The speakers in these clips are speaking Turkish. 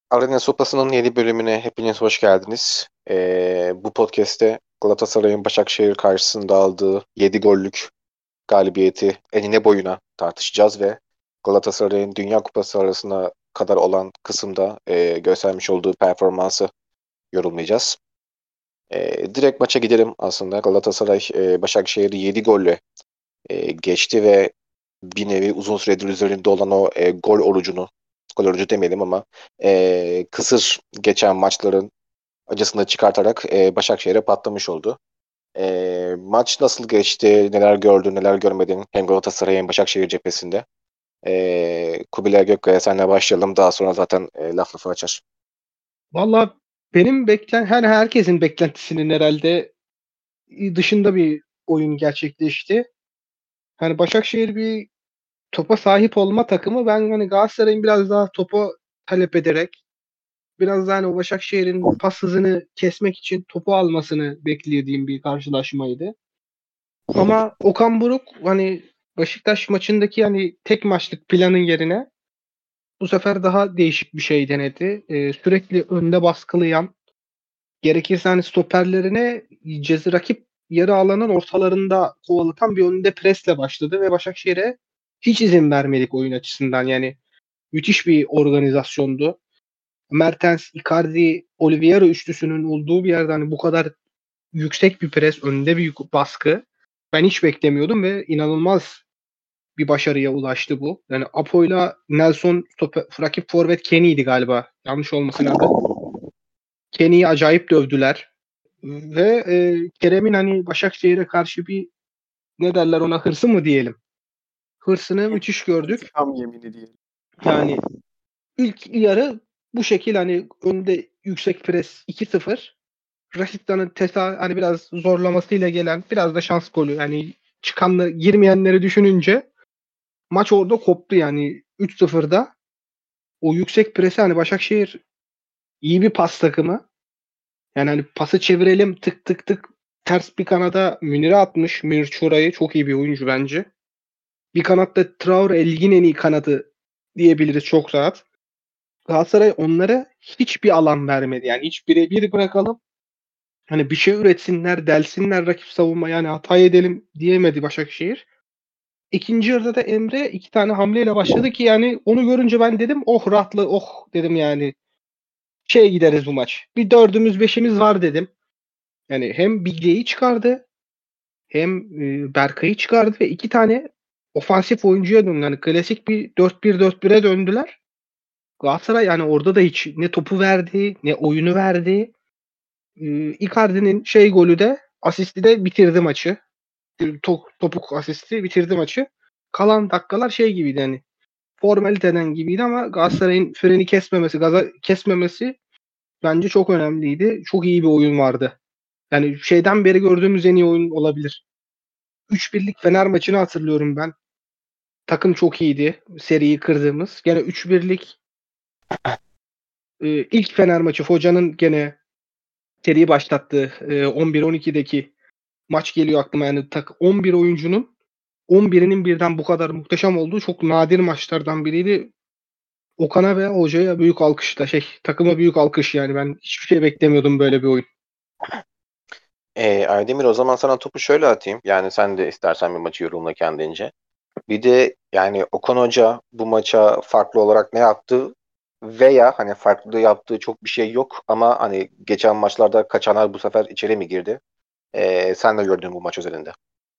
Arena Sopası'nın yeni bölümüne hepiniz hoş geldiniz. Bu podcast'te Galatasaray'ın Başakşehir karşısında aldığı 7 gollük galibiyeti enine boyuna tartışacağız ve Galatasaray'ın Dünya Kupası arasına kadar olan kısımda göstermiş olduğu performansı yorumlayacağız. Direkt maça gidelim aslında. Galatasaray Başakşehir'i 7 golle geçti ve bir nevi uzun süredir üzerinde olan o gol orucu demeyelim ama kısır geçen maçların acısını çıkartarak Başakşehir'e patlamış oldu. Maç nasıl geçti? Neler gördün, neler görmedin? Hem Galatasaray hem Başakşehir cephesinde. Kubilay Gökkaya senle başlayalım. Daha sonra zaten laf lafı açar. Valla herkesin beklentisinin herhalde dışında bir oyun gerçekleşti. Hani Başakşehir bir topa sahip olma takımı. Ben hani Galatasaray'ın biraz daha topu talep ederek biraz daha hani o Başakşehir'in pas hızını kesmek için topu almasını beklediğim bir karşılaşmaydı. Ama Okan Buruk hani Beşiktaş maçındaki hani tek maçlık planın yerine bu sefer daha değişik bir şey denedi. Sürekli önde baskılayan, gerekirse hani stoperlerine rakip yarı alanın ortalarında kovalatan bir önde presle başladı ve Başakşehir'e hiç izin vermedik oyun açısından. Yani müthiş bir organizasyondu. Mertens, Icardi, Oliveira üçlüsünün olduğu bir yerde hani bu kadar yüksek bir pres, önde bir baskı ben hiç beklemiyordum ve inanılmaz bir başarıya ulaştı bu. Yani Apo'yla Nelson rakip forvet Kenny'ydi galiba. Yanlış olmasın adı. Kenny'yi acayip dövdüler. Ve Kerem'in hani Başakşehir'e karşı bir ne derler ona hırsı mı diyelim. Hırsını müthiş gördük. İntikam yemini diyelim. Yani ilk yarı bu şekil hani önde yüksek pres 2-0. Rashidda'nın hani biraz zorlamasıyla gelen biraz da şans golü. Yani girmeyenleri düşününce maç orada koptu yani 3-0'da. O yüksek presi hani Başakşehir iyi bir pas takımı. Yani hani pası çevirelim tık tık tık ters bir kanada Münir'e atmış. Münir Çoray'ı çok iyi bir oyuncu bence. Bir kanatta Traore ligin en iyi kanadı diyebiliriz çok rahat. Galatasaray onlara hiçbir alan vermedi. Yani hiç birebir bırakalım. Hani bir şey üretsinler, delsinler rakip savunma yani hata edelim diyemedi Başakşehir. İkinci yarıda da Emre iki tane hamleyle başladı ki yani onu görünce ben dedim oh rahatlı oh dedim yani gideriz bu maç. Bir dördümüz beşimiz var dedim. Yani hem Bigge'yi çıkardı hem Berkay'ı çıkardı ve iki tane ofansif oyuncuya döndü. Yani klasik bir 4-1-4-1'e döndüler. Galatasaray yani orada da hiç ne topu verdi ne oyunu verdi. Icardi'nin golü de asisti de bitirdi maçı. Topuk asisti bitirdi maçı. Kalan dakikalar gibiydi hani formaliteden gibiydi ama Galatasaray'ın freni kesmemesi, gaza kesmemesi bence çok önemliydi. Çok iyi bir oyun vardı. Yani şeyden beri gördüğümüz en iyi oyun olabilir. 3-1'lik Fener maçını hatırlıyorum ben. Takım çok iyiydi. Seriyi kırdığımız. Gene 3-1'lik ilk Fener maçı hocanın gene seriyi başlattığı 11-12'deki maç geliyor aklıma. Yani 11 oyuncunun 11'inin birden bu kadar muhteşem olduğu çok nadir maçlardan biriydi. Okan'a ve hocaya büyük alkışla takıma büyük alkış yani ben hiçbir şey beklemiyordum böyle bir oyun. Aydemir, o zaman sana topu şöyle atayım. Yani sen de istersen bir maçı yorumla kendince. Bir de yani Okan Hoca bu maça farklı olarak ne yaptı veya hani farklı yaptığı çok bir şey yok ama hani geçen maçlarda kaçanlar bu sefer içeri mi girdi? Sen de gördün bu maç özelinde.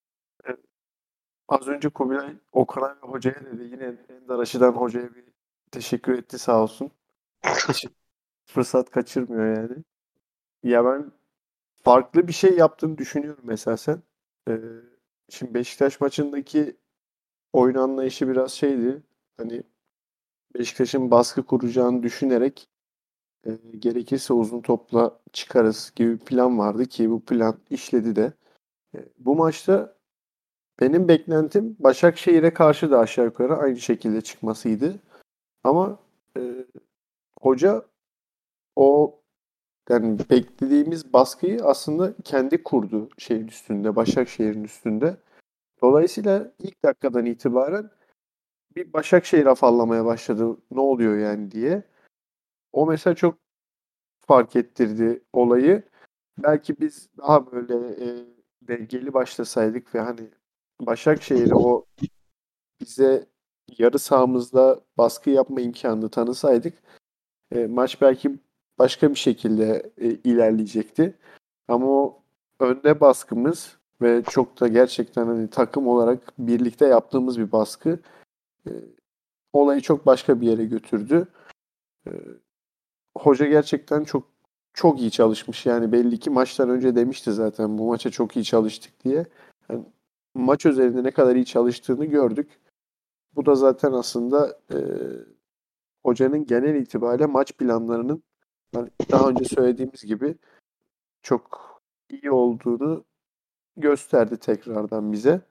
Az önce Kubilay Okan'a ve hocaya dedi. Yine Ender Aşı'dan hocaya bir teşekkür etti sağ olsun. Hiç fırsat kaçırmıyor yani. Ya ben farklı bir şey yaptığını düşünüyorum esasen. Ee, Şimdi Beşiktaş maçındaki oyun anlayışı biraz şeydi. Hani Beşiktaş'ın baskı kuracağını düşünerek gerekirse uzun topla çıkarız gibi bir plan vardı ki bu plan işledi de. Bu maçta benim beklentim Başakşehir'e karşı da aşağı yukarı aynı şekilde çıkmasıydı. Ama e, hoca o yani beklediğimiz baskıyı aslında kendi kurdu şeyin üstünde, Başakşehir'in üstünde. Dolayısıyla ilk dakikadan itibaren bir Başakşehir afallamaya başladı. Ne oluyor yani diye. O mesela çok fark ettirdi olayı. Belki biz daha böyle dengeli başlasaydık ve hani Başakşehir'e o bize yarı sahamızda baskı yapma imkanını tanısaydık maç belki başka bir şekilde ilerleyecekti. Ama o önde baskımız ve çok da gerçekten hani takım olarak birlikte yaptığımız bir baskı e, olayı çok başka bir yere götürdü. E, Hoca gerçekten çok çok iyi çalışmış. Yani belli ki maçtan önce demişti zaten bu maça çok iyi çalıştık diye. Yani maç üzerinde ne kadar iyi çalıştığını gördük. Bu da zaten aslında hocanın genel itibariyle maç planlarının hani daha önce söylediğimiz gibi çok iyi olduğunu gösterdi tekrardan bize.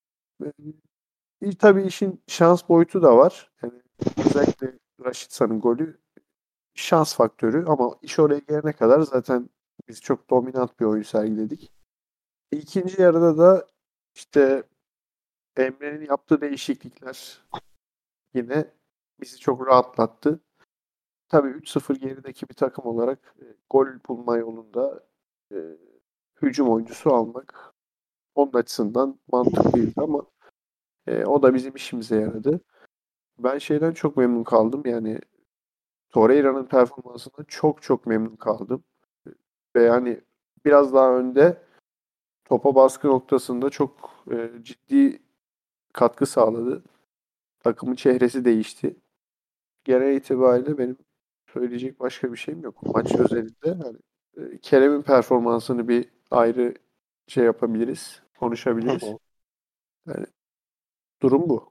Tabii işin şans boyutu da var. Yani özellikle Raşitsa'nın golü şans faktörü ama iş oraya gelene kadar zaten biz çok dominant bir oyun sergiledik. İkinci yarıda da işte Emre'nin yaptığı değişiklikler yine bizi çok rahatlattı. Tabii 3-0 gerideki bir takım olarak gol bulma yolunda e, hücum oyuncusu almak onun açısından mantıklıydı ama o da bizim işimize yaradı. Ben şeyden çok memnun kaldım. Yani Torreira'nın performansından çok çok memnun kaldım. Ve yani biraz daha önde topa baskı noktasında çok ciddi katkı sağladı. Takımın çehresi değişti. Genel itibariyle benim söyleyecek başka bir şeyim yok. Maç özelinde hani Kerem'in performansını bir ayrı şey yapabiliriz, Hı konuşabiliriz. hı. Yani durum bu.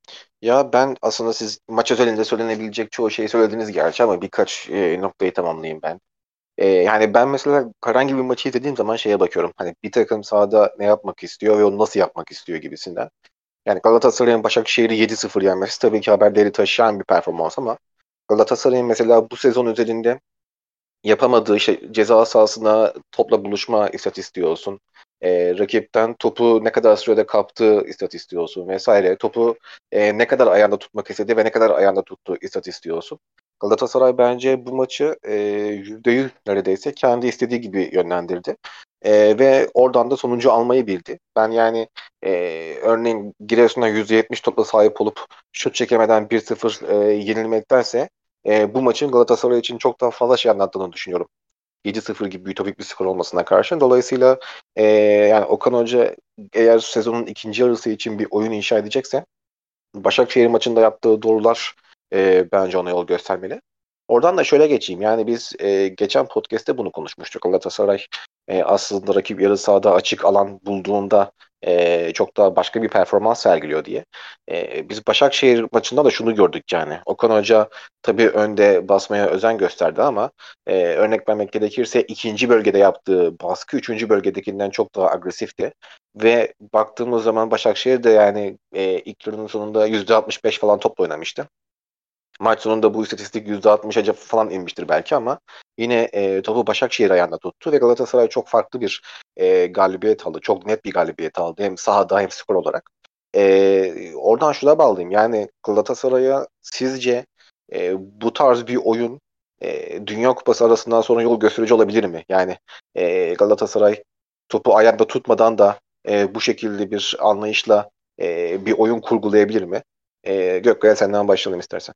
Ya ben aslında siz maç özelinde söylenebilecek çoğu şeyi söylediniz gerçi ama birkaç noktayı tamamlayayım ben. Yani ben mesela herhangi bir maçı izlediğim zaman şeye bakıyorum. Hani bir takım sahada ne yapmak istiyor ve onu nasıl yapmak istiyor gibisinden. Yani Galatasaray'ın Başakşehir'i 7-0 yenmesi tabii ki haberleri taşıyan bir performans ama Galatasaray'ın mesela bu sezon üzerinde yapamadığı işte ceza sahasına topla buluşma istatistiği olsun. Rakipten topu ne kadar sürede kaptığı istatistiği olsun vesaire. Topu ne kadar ayağında tutmak istedi ve ne kadar ayağında tuttuğu istatistiği olsun. Galatasaray bence bu maçı %100 neredeyse kendi istediği gibi yönlendirdi. Ve oradan da sonucu almayı bildi. Ben yani örneğin Giresun'a %70 topla sahip olup şut çekemeden 1-0 yenilmektense bu maçın Galatasaray için çok daha fazla şey anlattığını düşünüyorum. 7-0 gibi ütopik bir skor olmasına karşın. Dolayısıyla yani Okan Hoca eğer sezonun ikinci yarısı için bir oyun inşa edecekse Başakşehir maçında yaptığı doğrular bence ona yol göstermeli. Oradan da şöyle geçeyim. Yani biz geçen podcast'te bunu konuşmuştuk. Galatasaray aslında rakip yarı sahada açık alan bulduğunda çok daha başka bir performans sergiliyor diye. Biz Başakşehir maçında da şunu gördük yani. Okan Hoca tabii önde basmaya özen gösterdi ama örnek vermek gerekirse ikinci bölgede yaptığı baskı üçüncü bölgedekinden çok daha agresifti. Ve baktığımız zaman Başakşehir de yani ilk yarının sonunda %65 falan topla oynamıştı. Maç sonunda bu istatistik %60'a falan inmiştir belki ama yine topu Başakşehir ayağında tuttu ve Galatasaray çok farklı bir galibiyet aldı. Çok net bir galibiyet aldı hem sahada hem skor olarak. Oradan şuna bağlayayım. Yani Galatasaray'a sizce bu tarz bir oyun Dünya Kupası arasından sonra yol gösterici olabilir mi? Yani Galatasaray topu ayakta tutmadan da bu şekilde bir anlayışla bir oyun kurgulayabilir mi? Gökkaya senden başlayalım istersen.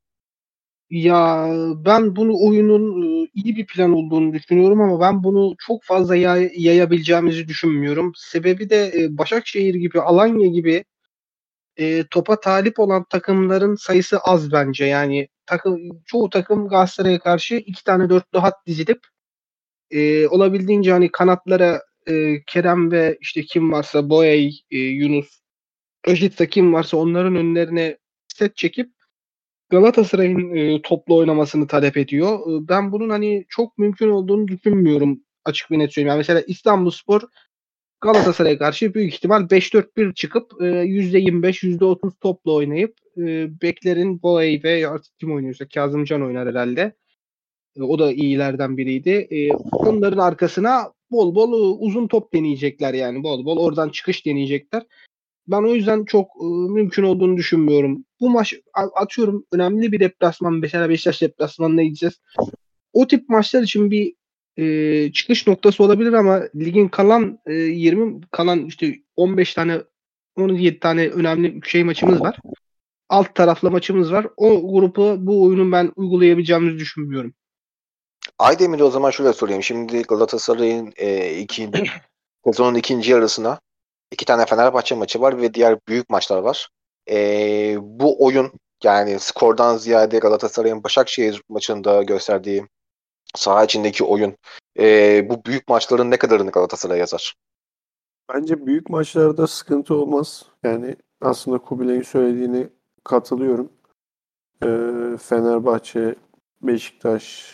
Ya ben bunu oyunun iyi bir plan olduğunu düşünüyorum ama ben bunu çok fazla yayabileceğimizi düşünmüyorum. Sebebi de Başakşehir gibi, Alanya gibi topa talip olan takımların sayısı az bence. Yani çoğu takım Galatasaray'a karşı iki tane dörtlü hat dizilip olabildiğince hani kanatlara Kerem ve işte kim varsa Boey, Yunus, Rashica kim varsa onların önlerine set çekip Galatasaray'ın toplu oynamasını talep ediyor. Ben bunun hani çok mümkün olduğunu düşünmüyorum, açık ve net söyleyeyim. Yani mesela İstanbulspor Galatasaray'a karşı büyük ihtimal 5-4-1 çıkıp %25, %30 topla oynayıp beklerin Boey ve artık kim oynuyorsa Kazımcan oynar herhalde. O da iyilerden biriydi. Onların arkasına bol bol uzun top deneyecekler yani. Bol bol oradan çıkış deneyecekler. Ben o yüzden çok mümkün olduğunu düşünmüyorum. Bu maç atıyorum önemli bir deplasman, mesela Beşiktaş deplasmanına gideceğiz. O tip maçlar için bir çıkış noktası olabilir ama ligin kalan 20 kalan işte 15 tane 17 tane önemli şey maçımız var. Alt taraflı maçımız var. O grubu bu oyunun ben uygulayabileceğimizi düşünmüyorum. Aydemir'e o zaman şöyle sorayım. Şimdi Galatasaray'ın sezonun ikinci yarısına 2 tane Fenerbahçe maçı var ve diğer büyük maçlar var. Bu oyun, yani skordan ziyade Galatasaray'ın Başakşehir maçında gösterdiği saha içindeki oyun, bu büyük maçların ne kadarını Galatasaray yazar? Bence büyük maçlarda sıkıntı olmaz. Yani aslında Kubilay'ın söylediğine katılıyorum. Fenerbahçe, Beşiktaş,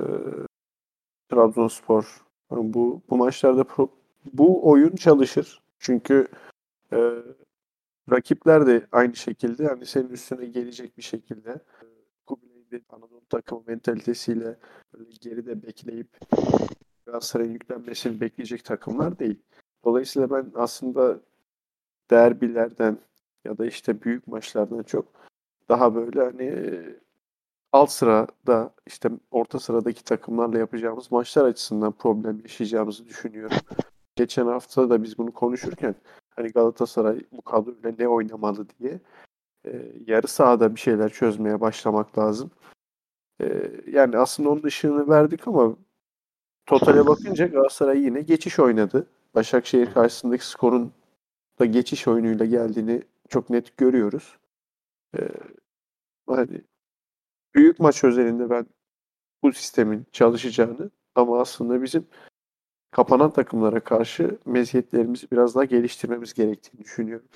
Trabzonspor. Bu maçlarda bu oyun çalışır. Çünkü e, rakipler de aynı şekilde, yani senin üstüne gelecek bir şekilde. Kubilay'ın de Anadolu takımı mentalitesiyle böyle geride bekleyip Galatasaray'ın yüklenmesini bekleyecek takımlar değil. Dolayısıyla ben aslında derbilerden ya da işte büyük maçlardan çok daha böyle hani alt sırada, işte orta sıradaki takımlarla yapacağımız maçlar açısından problem yaşayacağımızı düşünüyorum. Geçen hafta da biz bunu konuşurken hani Galatasaray bu kadroyla ne oynamalı diye yarı sahada bir şeyler çözmeye başlamak lazım. Yani aslında onun ışığını verdik ama totale bakınca Galatasaray yine geçiş oynadı. Başakşehir karşısındaki skorun da geçiş oyunuyla geldiğini çok net görüyoruz. Ee, Hani büyük maç özelinde ben bu sistemin çalışacağını, ama aslında bizim kapanan takımlara karşı meziyetlerimizi biraz daha geliştirmemiz gerektiğini düşünüyorum.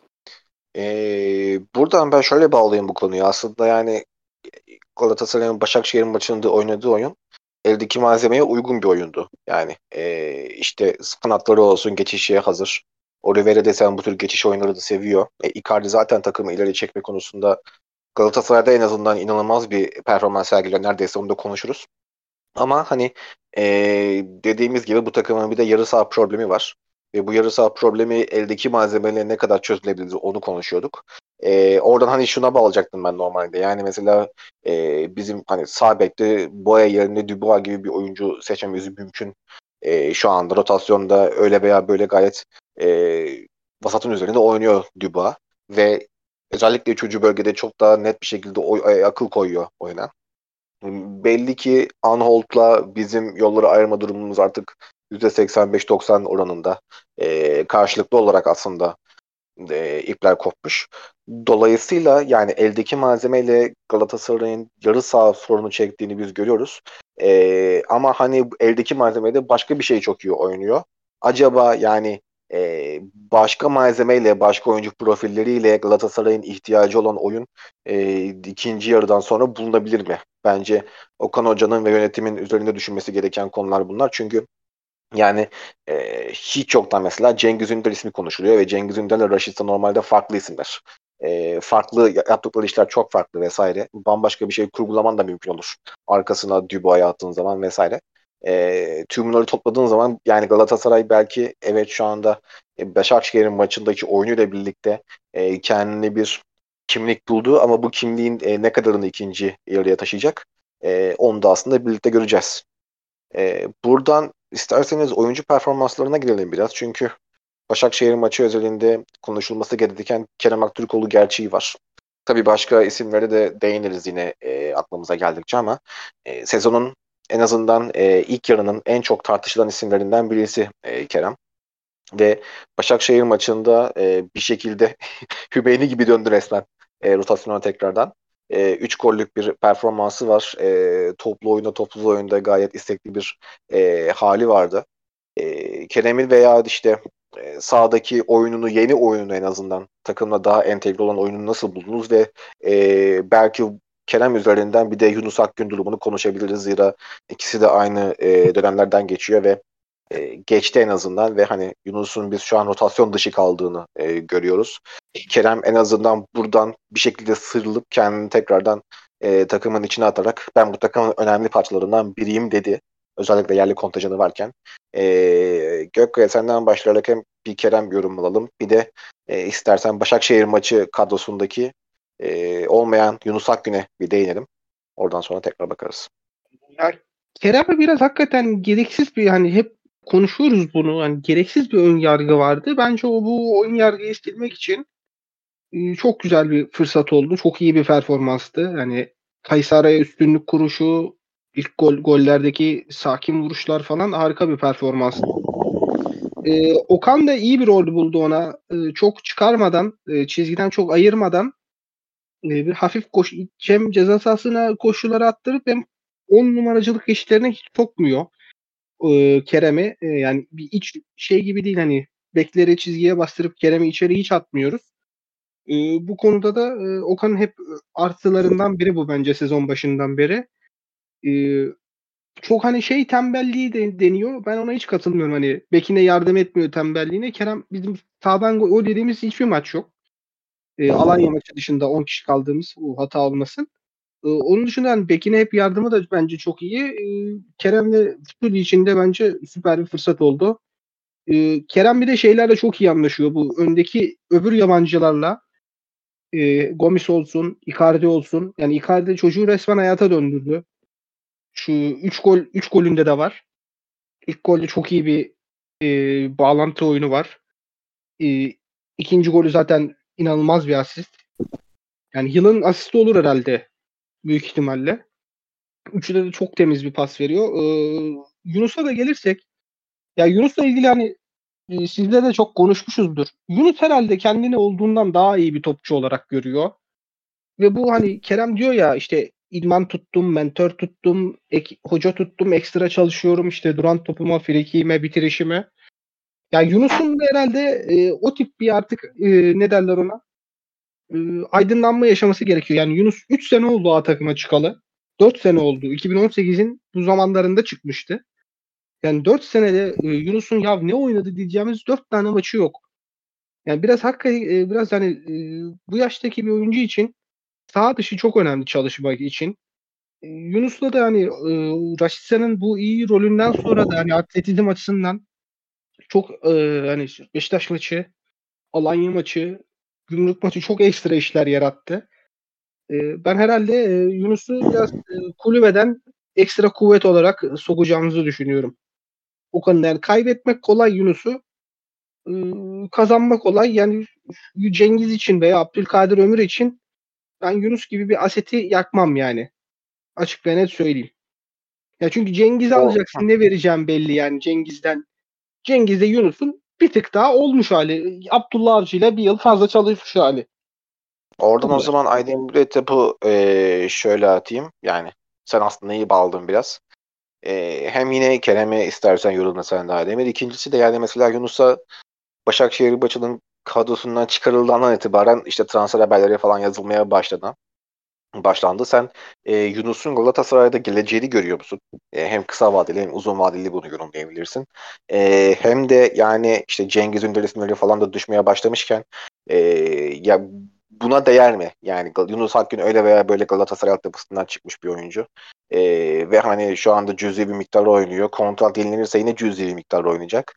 Buradan ben şöyle bağlayayım bu konuyu. Aslında yani Galatasaray'ın Başakşehir maçında oynadığı oyun eldeki malzemeye uygun bir oyundu. Yani işte kanatları olsun, geçişe hazır. Oliveira desen bu tür geçiş oyunları da seviyor. Icardi zaten takımı ileri çekme konusunda Galatasaray'da en azından inanılmaz bir performans sergiliyor. Neredeyse onu da konuşuruz. Ama hani dediğimiz gibi bu takımın bir de yarı saha problemi var. Ve bu yarı saha problemi eldeki malzemeyle ne kadar çözülebilir onu konuşuyorduk. Oradan hani şuna bağlayacaktım ben normalde. Yani mesela bizim hani sağ bekte Boya yerine Dubois gibi bir oyuncu seçmemiz mümkün. Şu anda rotasyonda öyle veya böyle gayet vasatın üzerinde oynuyor Dubois. Ve özellikle üçüncü bölgede çok daha net bir şekilde akıl koyuyor oyuna. Belli ki Anholt'la bizim yolları ayırma durumumuz artık %85-90 oranında. Karşılıklı olarak aslında ipler kopmuş. Dolayısıyla yani eldeki malzemeyle Galatasaray'ın yarı saha sorunu çektiğini biz görüyoruz. Ama hani eldeki malzemeyle başka bir şey çok iyi oynuyor. Acaba yani başka malzemeyle, başka oyuncu profilleriyle Galatasaray'ın ihtiyacı olan oyun ikinci yarıdan sonra bulunabilir mi? Bence Okan Hoca'nın ve yönetimin üzerinde düşünmesi gereken konular bunlar. Çünkü yani hiç yoktan mesela Cengiz Ünder ismi konuşuluyor ve Cengiz Ünder'le Raşit'le normalde farklı isimler. Farklı yaptıkları işler çok farklı vesaire. Bambaşka bir şey kurgulaman da mümkün olur. Arkasına Dubois'u attığın zaman vesaire. Tüm bunları topladığın zaman yani Galatasaray belki evet şu anda Başakşehir'in maçındaki oyunuyla birlikte kendine bir kimlik buldu ama bu kimliğin ne kadarını ikinci yarıya taşıyacak onu da aslında birlikte göreceğiz. Buradan isterseniz oyuncu performanslarına girelim biraz. Çünkü Başakşehir maçı özelinde konuşulması gereken Kerem Aktürkoğlu gerçeği var. Tabii başka isimlere de değiniriz yine aklımıza geldikçe ama sezonun en azından ilk yarının en çok tartışılan isimlerinden birisi Kerem. Ve Başakşehir maçında bir şekilde Hümeyni gibi döndü resmen rotasyona tekrardan. 3 gollük bir performansı var. Toplu oyunda, topsuz oyunda gayet istekli bir hali vardı. Kerem'in veya işte sahadaki oyununu, yeni oyununu en azından takımla daha entegre olan oyununu nasıl buldunuz ve belki Kerem üzerinden bir de Yunus Akgün durumunu konuşabiliriz. Zira ikisi de aynı dönemlerden geçiyor ve geçti en azından ve hani Yunus'un biz şu an rotasyon dışı kaldığını görüyoruz. Kerem en azından buradan bir şekilde sıyrılıp kendini tekrardan takımın içine atarak ben bu takımın önemli parçalarından biriyim dedi. Özellikle yerli kontenjanı varken. Gökkaya senden başlayarak hem bir Kerem yorum alalım. Bir de istersen Başakşehir maçı kadrosundaki olmayan Yunus Akgün'e bir değinelim. Oradan sonra tekrar bakarız. Ya, Kerem'e biraz hakikaten gereksiz bir hani hep konuşuyoruz bunu. Hani gereksiz bir ön yargı vardı. Bence bu ön yargıyı silmek için çok güzel bir fırsat oldu. Çok iyi bir performanstı. Hani Kayseri'ye üstünlük kuruşu, ilk gollerdeki sakin vuruşlar falan harika bir performanstı. Okan da iyi bir rol buldu ona. Çok çıkarmadan, çizgiden çok ayırmadan bir hafif hem ceza sahasına koşuları attırıp hem 10 numaracılık işlerine hiç sokmuyor Kerem'i. Yani bir iç şey gibi değil, hani bekleri çizgiye bastırıp Kerem'i içeri hiç atmıyoruz. Bu konuda da Okan'ın hep artılarından biri bu bence sezon başından beri. E, Çok hani şey tembelliği deniyor. Ben ona hiç katılmıyorum. Hani bekine yardım etmiyor tembelliğine. Kerem bizim sağdan gol dediğimiz hiçbir maç yok. Alanya maçı dışında 10 kişi kaldığımız o hata olmasın. Onun dışında hani bekine hep yardımı da bence çok iyi. Kerem'le Fütürü için de bence süper bir fırsat oldu. Kerem bir de şeylerle çok iyi anlaşıyor. Bu öndeki öbür yabancılarla Gomis olsun, Icardi olsun. Yani Icardi çocuğu resmen hayata döndürdü. Şu 3 golünde de var. İlk golde çok iyi bir bağlantı oyunu var. E, ikinci golü zaten inanılmaz bir asist. Yani yılın asisti olur herhalde büyük ihtimalle. Üçüde de çok temiz bir pas veriyor. Yunus'a da gelirsek, ya Yunus'la ilgili hani sizle de çok konuşmuşuzdur. Yunus herhalde kendini olduğundan daha iyi bir topçu olarak görüyor. Ve bu hani Kerem diyor ya işte idman tuttum, mentor tuttum, hoca tuttum, ekstra çalışıyorum işte duran topuma, frikime, bitirişime. Ya Yunus'un da herhalde o tip bir artık ne derler ona? Aydınlanma yaşaması gerekiyor. Yani Yunus 3 sene oldu A takıma çıkalı. 4 sene oldu. 2018'in bu zamanlarında çıkmıştı. Yani 4 senede Yunus'un ya ne oynadı diyeceğimiz 4 tane maçı yok. Yani biraz hakikaten biraz hani bu yaştaki bir oyuncu için sağ dışı çok önemli çalışmak için. Yunus'la da hani Raşitsa'nın bu iyi rolünden sonra da hani atletizm açısından çok hani Beşiktaş maçı, Alanya maçı, Gümrük maçı çok ekstra işler yarattı. Ben herhalde Yunus'u biraz kulübeden ekstra kuvvet olarak sokacağımızı düşünüyorum. O konuda yani kaybetmek kolay Yunus'u, e, kazanmak kolay. Yani Cengiz için veya Abdülkadir Ömür için ben Yunus gibi bir aseti yakmam yani. Açık ve net söyleyeyim. Ya çünkü Cengiz'i O alacaksın, ne vereceğim belli yani Cengiz'den. Cengiz'de Yunus'un bir tık daha olmuş hali. Abdullah Avcı ile bir yıl fazla çalışmış hali. oradan Bu o kadar. zaman Aydın bir etapı şöyle atayım. Yani sen aslında iyi bağladın biraz. Hem yine Kerem'e istersen yorulma sen daha Demir. İkincisi de yani mesela Yunus'a Başakşehir maçının kadrosundan çıkarıldığından itibaren işte transfer haberleri falan yazılmaya başlandı. Sen Yunus'un Galatasaray'da geleceğini görüyor musun? Hem kısa vadeli hem uzun vadeli bunu yorumlayabilirsin. Hem de yani işte Cengiz Ünder isimleri falan da düşmeye başlamışken e, ya buna değer mi? Yani Yunus Akgün öyle veya böyle Galatasaray altyapısından çıkmış bir oyuncu. E, Ve hani şu anda cüzi bir miktarda oynuyor. Kontrat yenilenirse yine cüzi bir miktarda oynayacak.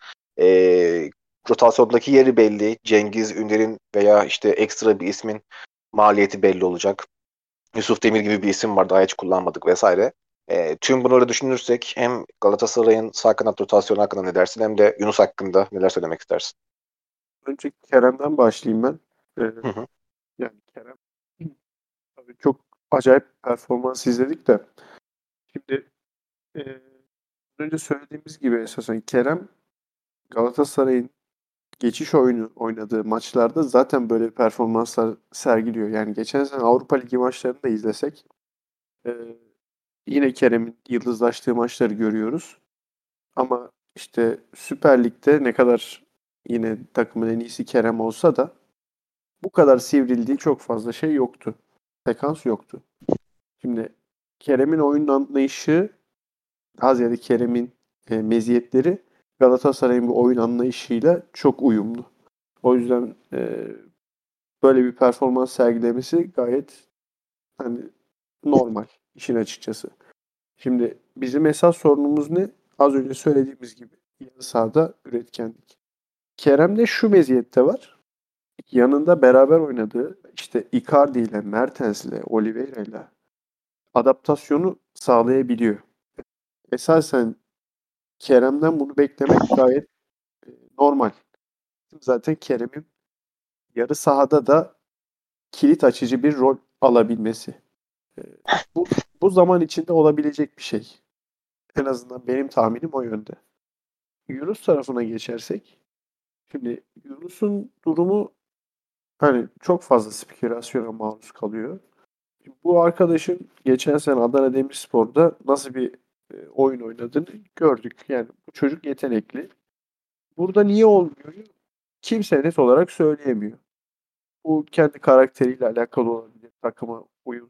Rotasyondaki yeri belli. Cengiz Ünder'in veya işte ekstra bir ismin maliyeti belli olacak. Yusuf Demir gibi bir isim var, daha hiç kullanmadık vesaire. Tüm bunları düşünürsek hem Galatasaray'ın sağ kanat rotasyonu hakkında ne dersin hem de Yunus hakkında neler söylemek istersin? Önce Kerem'den başlayayım ben. Hı hı. Yani Kerem tabii çok acayip performans izledik de. Şimdi önce söylediğimiz gibi esasen Kerem Galatasaray'ın geçiş oyunu oynadığı maçlarda zaten böyle performanslar sergiliyor. Yani geçen sene Avrupa Ligi maçlarını da izlesek e, yine Kerem'in yıldızlaştığı maçları görüyoruz. Ama işte Süper Lig'de ne kadar yine takımın en iyisi Kerem olsa da bu kadar sivrildiği çok fazla şey yoktu. Sekans yoktu. Şimdi Kerem'in oyun anlayışı, daha ziyade Kerem'in meziyetleri Galatasaray'ın bu oyun anlayışıyla çok uyumlu. O yüzden böyle bir performans sergilemesi gayet hani normal işin açıkçası. Şimdi bizim esas sorunumuz ne? Az önce söylediğimiz gibi yarı sahada üretkenlik. Kerem'de şu meziyette var. Yanında beraber oynadığı işte Icardi ile, Mertens ile, Oliveira ile adaptasyonu sağlayabiliyor. Esasen Kerem'den bunu beklemek gayet normal. Zaten Kerem'in yarı sahada da kilit açıcı bir rol alabilmesi. E, Bu, bu zaman içinde olabilecek bir şey. En azından benim tahminim o yönde. Yunus tarafına geçersek, şimdi Yunus'un durumu hani çok fazla spekülasyona maruz kalıyor. Bu arkadaşın geçen sene Adana Demirspor'da nasıl bir oyun oynadığını gördük. Yani bu çocuk yetenekli. Burada niye olmuyor? Kimse net olarak söyleyemiyor. Bu kendi karakteriyle alakalı olabilir. Takıma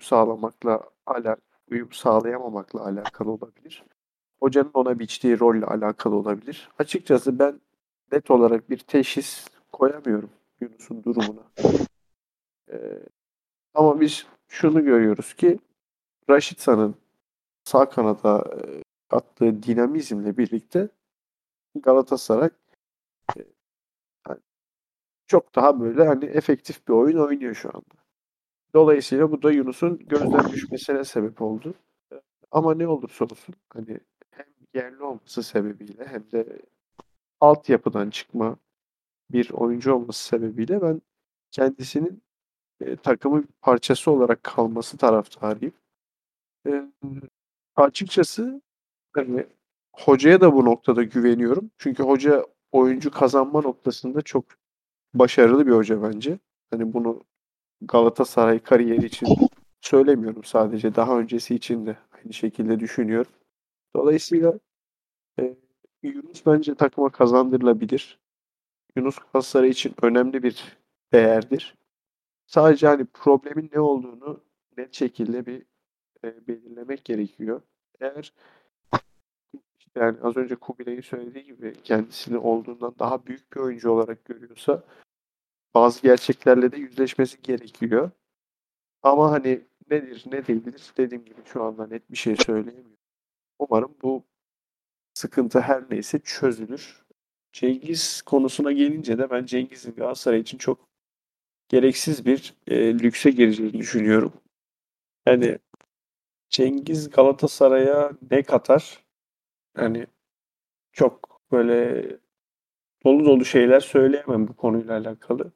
uyum sağlayamamakla alakalı olabilir. Hocanın ona biçtiği rolle alakalı olabilir. Açıkçası ben net olarak bir teşhis koyamıyorum Yunus'un durumuna. Ee, Ama biz şunu görüyoruz ki Raşitsa'nın sağ kanada kattığı dinamizmle birlikte Galatasaray e, hani çok daha böyle hani efektif bir oyun oynuyor şu anda. Dolayısıyla bu da Yunus'un gözden düşmesine sebep oldu. Ama ne olursa olsun hani hem yerli olması sebebiyle hem de altyapıdan çıkma bir oyuncu olması sebebiyle ben kendisinin takımın bir parçası olarak kalması taraftarıyım. E, Açıkçası hani hocaya da bu noktada güveniyorum. Çünkü hoca oyuncu kazanma noktasında çok başarılı bir hoca bence. Hani bunu Galatasaray kariyeri için söylemiyorum sadece. Daha öncesi için de aynı şekilde düşünüyorum. Dolayısıyla e, Yunus bence takıma kazandırılabilir. Yunus Galatasaray için önemli bir değerdir. Sadece hani problemin ne olduğunu net şekilde bir belirlemek gerekiyor. Eğer yani az önce Kubilay'ın söylediği gibi kendisini olduğundan daha büyük bir oyuncu olarak görüyorsa bazı gerçeklerle de yüzleşmesi gerekiyor. Ama hani nedir ne değildir dediğim gibi şu anda net bir şey söyleyemiyorum. Umarım bu sıkıntı her neyse çözülür. Cengiz konusuna gelince de ben Cengiz'in Galatasaray için çok gereksiz bir lükse gireceğini düşünüyorum. Yani Cengiz Galatasaray'a ne katar? Yani çok böyle dolu dolu şeyler söyleyemem bu konuyla alakalı.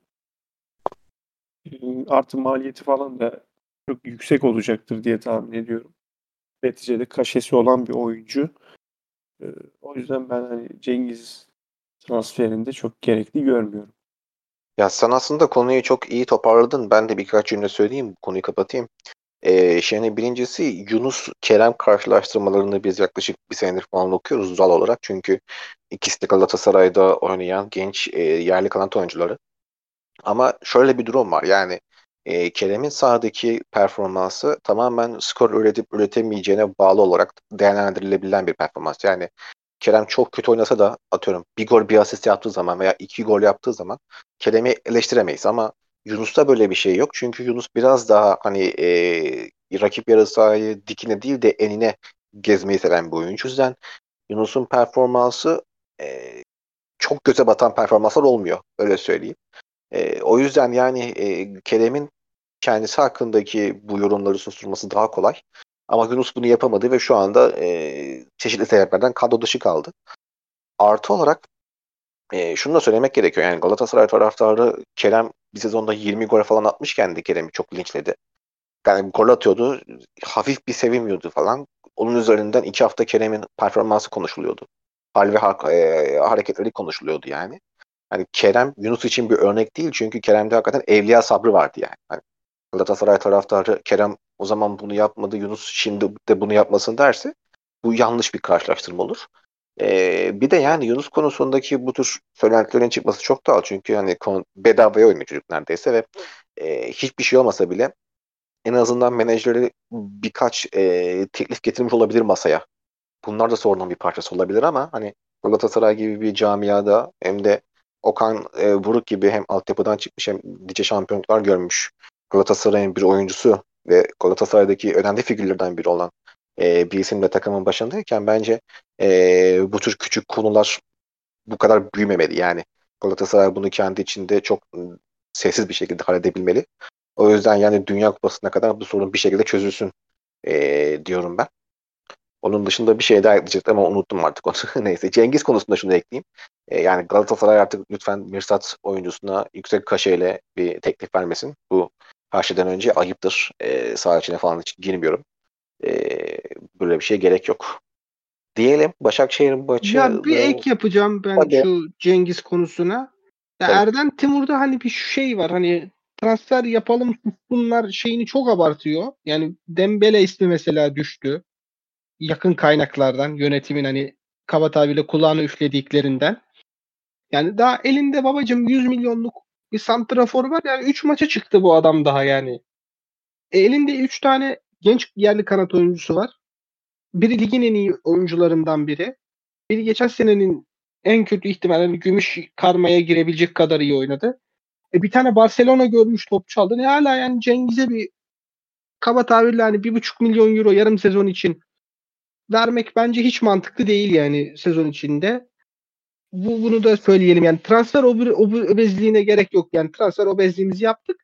Artı maliyeti falan da çok yüksek olacaktır diye tahmin ediyorum. Neticede kaşesi olan bir oyuncu. Ee, O yüzden ben hani Cengiz transferinde çok gerekli görmüyorum. Ya sen aslında konuyu çok iyi toparladın. Ben de birkaç cümle söyleyeyim, konuyu kapatayım. Şimdi birincisi Yunus Kerem karşılaştırmalarını biz yaklaşık bir senedir falan okuyoruz doğal olarak. Çünkü ikisi de Galatasaray'da oynayan genç yerli kanat oyuncuları. Ama şöyle bir durum var. Yani Kerem'in sahadaki performansı tamamen skor üretip üretemeyeceğine bağlı olarak değerlendirilebilen bir performans. Yani Kerem çok kötü oynasa da atıyorum bir gol bir asist yaptığı zaman veya iki gol yaptığı zaman Kerem'i eleştiremeyiz ama Yunus'ta böyle bir şey yok. Çünkü Yunus biraz daha hani rakip yarı sahayı dikine değil de enine gezmeyi seven bir oyuncu. O yüzden Yunus'un performansı e, çok göze batan performanslar olmuyor. Öyle söyleyeyim. O yüzden yani Kerem'in kendisi hakkındaki bu yorumları susturması daha kolay. Ama Yunus bunu yapamadı ve şu anda çeşitli sebeplerden kadro dışı kaldı. Artı olarak şunu da söylemek gerekiyor. Yani Galatasaray taraftarı Kerem bir sezonda 20 gol falan atmışken de Kerem'i çok linçledi. Yani gol atıyordu, hafif bir sevinmiyordu falan. Onun üzerinden 2 hafta Kerem'in performansı konuşuluyordu. Hal ve hareketleri konuşuluyordu yani. Hani Kerem Yunus için bir örnek değil çünkü Kerem'de hakikaten evliya sabrı vardı yani. Hani Galatasaray taraftarı Kerem o zaman bunu yapmadı, Yunus şimdi de bunu yapmasın derse bu yanlış bir karşılaştırma olur. Bir de yani Yunus konusundaki bu tür söylentilerin çıkması çok doğal. Çünkü hani bedavaya oynuyor çocuk neredeyse ve hiçbir şey olmasa bile en azından menajeri birkaç teklif getirmiş olabilir masaya. Bunlar da sorunun bir parçası olabilir ama hani Galatasaray gibi bir camiada hem de Okan Buruk gibi hem altyapıdan çıkmış hem nice şampiyonluklar görmüş Galatasaray'ın bir oyuncusu ve Galatasaray'daki önemli figürlerden biri olan bir isimle takımın başındayken bence bu tür küçük konular bu kadar büyümemeli. Yani Galatasaray bunu kendi içinde çok sessiz bir şekilde halledebilmeli. O yüzden yani Dünya Kupası'na kadar bu sorun bir şekilde çözülsün diyorum ben. Onun dışında bir şey daha ekleyecektim ama unuttum artık onu. Neyse. Cengiz konusunda şunu ekleyeyim. Yani Galatasaray artık lütfen Mirsat oyuncusuna yüksek kaşeyle bir teklif vermesin. Bu her şeyden önce ayıptır. Saha içine falan hiç girmiyorum. E, Böyle bir şeye gerek yok. Diyelim Başakşehir maçı Ya bir da ek yapacağım ben hadi. şu Cengiz konusuna. Ya Tabii. Erden Timur'da hani bir şey var, hani transfer yapalım bunlar şeyini çok abartıyor. Yani Dembele ismi mesela düştü. Yakın kaynaklardan, yönetimin hani kaba tabirle kulağını üflediklerinden. Yani daha elinde babacım 100 milyonluk bir santrafor var. Yani 3 maça çıktı bu adam daha yani. Elinde 3 tane genç yerli kanat oyuncusu var. Biri ligin en iyi oyuncularından biri. Biri geçen senenin en kötü ihtimalle gümüş karmaya girebilecek kadar iyi oynadı. Bir tane Barcelona görmüş topçu aldı. Hala yani Cengiz'e bir kaba tabirle hani 1,5 milyon euro yarım sezon için vermek bence hiç mantıklı değil yani sezon içinde. Bunu da söyleyelim yani transfer obezliğine gerek yok yani transfer obezliğimizi yaptık.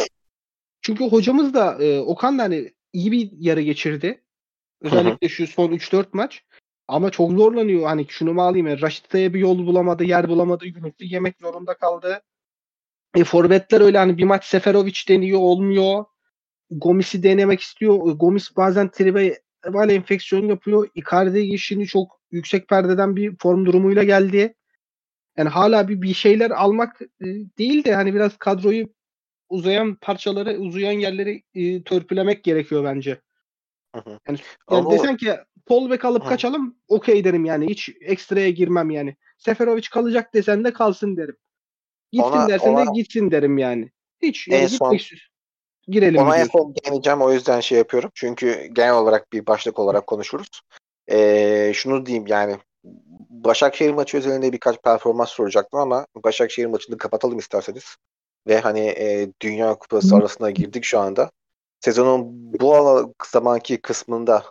Çünkü hocamız da Okan da hani iyi bir yarı geçirdi. Hı hı. Özellikle şu son 3-4 maç. Ama çok zorlanıyor. Hani şunu mu alayım? Yani Raşit'e bir yol bulamadı, yer bulamadı. Yunus'u yemek zorunda kaldı. Forvetler öyle hani bir maç Seferovic deniyor, olmuyor. Gomis'i denemek istiyor. Gomis bazen tribe enfeksiyon yapıyor. Icardi işini çok yüksek perdeden bir form durumuyla geldi. Yani hala bir şeyler almak değil de hani biraz kadroyu uzayan parçaları, uzayan yerleri törpülemek gerekiyor bence. Hı hı. Yani Ama desen ki sol bek alıp hı. kaçalım okey derim yani. Hiç ekstraya girmem yani. Seferovic kalacak desen de kalsın derim. Gitsin dersen Ona de gitsin derim yani. Hiç en yani son gitmek istiyorsun. Girelim mi diyorsun? değineceğim, o yüzden şey yapıyorum. Çünkü genel olarak bir başlık olarak konuşuruz. Şunu diyeyim yani Başakşehir maçı özelinde birkaç performans soracaktım ama Başakşehir maçını kapatalım isterseniz. Ve hani Dünya Kupası arasına girdik şu anda. Sezonun bu zamanki kısmında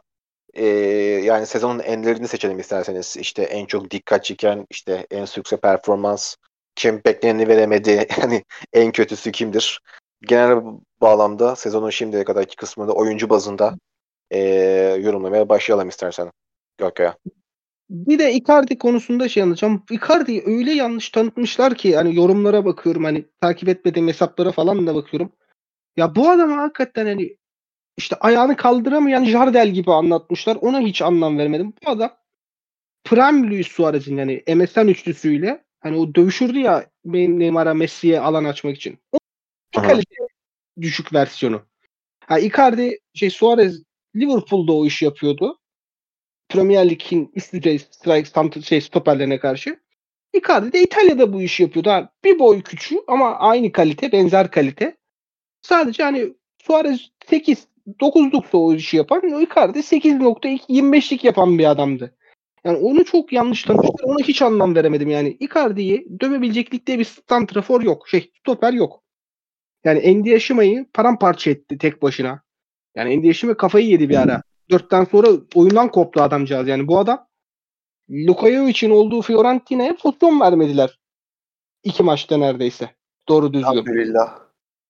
yani sezonun enlerini seçelim isterseniz. İşte en çok dikkat çeken, işte en sükse performans, kim bekleneni veremedi, yani en kötüsü kimdir? Genel bağlamda sezonun şimdiye kadarki kısmında oyuncu bazında yorumlamaya başlayalım istersen. Gökaya. Bir de Icardi konusunda şey anlatacağım. Icardi'yi öyle yanlış tanıtmışlar ki hani yorumlara bakıyorum, hani takip etmediğim hesaplara falan da bakıyorum. Ya bu adamı hakikaten hani işte ayağını kaldıramayan Jardel gibi anlatmışlar. Ona hiç anlam veremedim. Bu adam Prime Luis Suarez'in yani MSN üçlüsüyle hani o dövüşürdü ya benim Neymar'a Messi'ye alan açmak için. O Hı bir hı. kalite düşük versiyonu. Ha Icardi Suarez Liverpool'da o işi yapıyordu. Premier Lig'in üst düzey stoperlerine karşı. Icardi de İtalya'da bu işi yapıyordu. Ha, bir boy küçüğü ama aynı kalite, benzer kalite. Sadece hani Suarez 8 9'lukta o işi yapan, Icardi 8,25'lik yapan bir adamdı. Yani onu çok yanlış tanımışlar. Ona hiç anlam veremedim yani. Icardi'yi dövebilecek ligde bir santrafor yok. Stoper yok. Yani Endiaşima'yı paramparça etti tek başına. Yani Endiaşima kafayı yedi bir ara. 4'ten sonra oyundan koptu adamcağız. Yani bu adam Luka Jovic'in olduğu Fiorentina'ya pozisyon vermediler. 2 maçta neredeyse. Doğru düzgün. Elhamdülillah.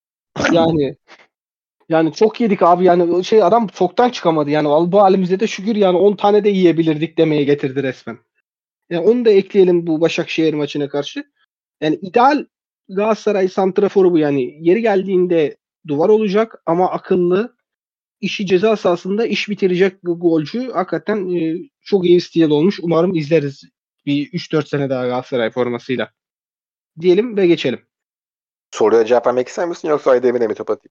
Yani çok yedik abi yani adam çoktan çıkamadı yani bu halimize de şükür yani 10 tane de yiyebilirdik demeye getirdi resmen. Yani onu da ekleyelim bu Başakşehir maçına karşı. Yani ideal Galatasaray santraforu bu yani. Yeri geldiğinde duvar olacak ama akıllı, işi ceza sahasında iş bitirecek bu golcü. Hakikaten çok iyi stil olmuş. Umarım izleriz bir 3-4 sene daha Galatasaray formasıyla. Diyelim ve geçelim. Soruya cevap vermek ister misin yoksa Aydemir'e mi top atayım?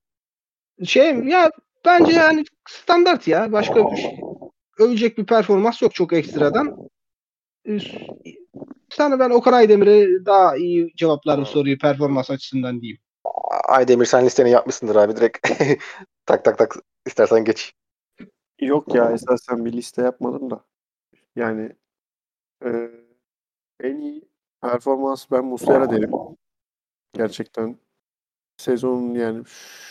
Ya bence yani standart ya. Başka bir övecek bir performans yok çok ekstradan. E, Sana ben Okan Aydemir'e daha iyi cevaplar bu Hmm. soruyu performans açısından diyeyim. Aydemir sen listeni yapmışsındır abi direkt. Tak tak tak istersen geç. Yok ya, esasen bir liste yapmadım da. Yani e, en iyi performans ben Muslera derim. Gerçekten sezonun yani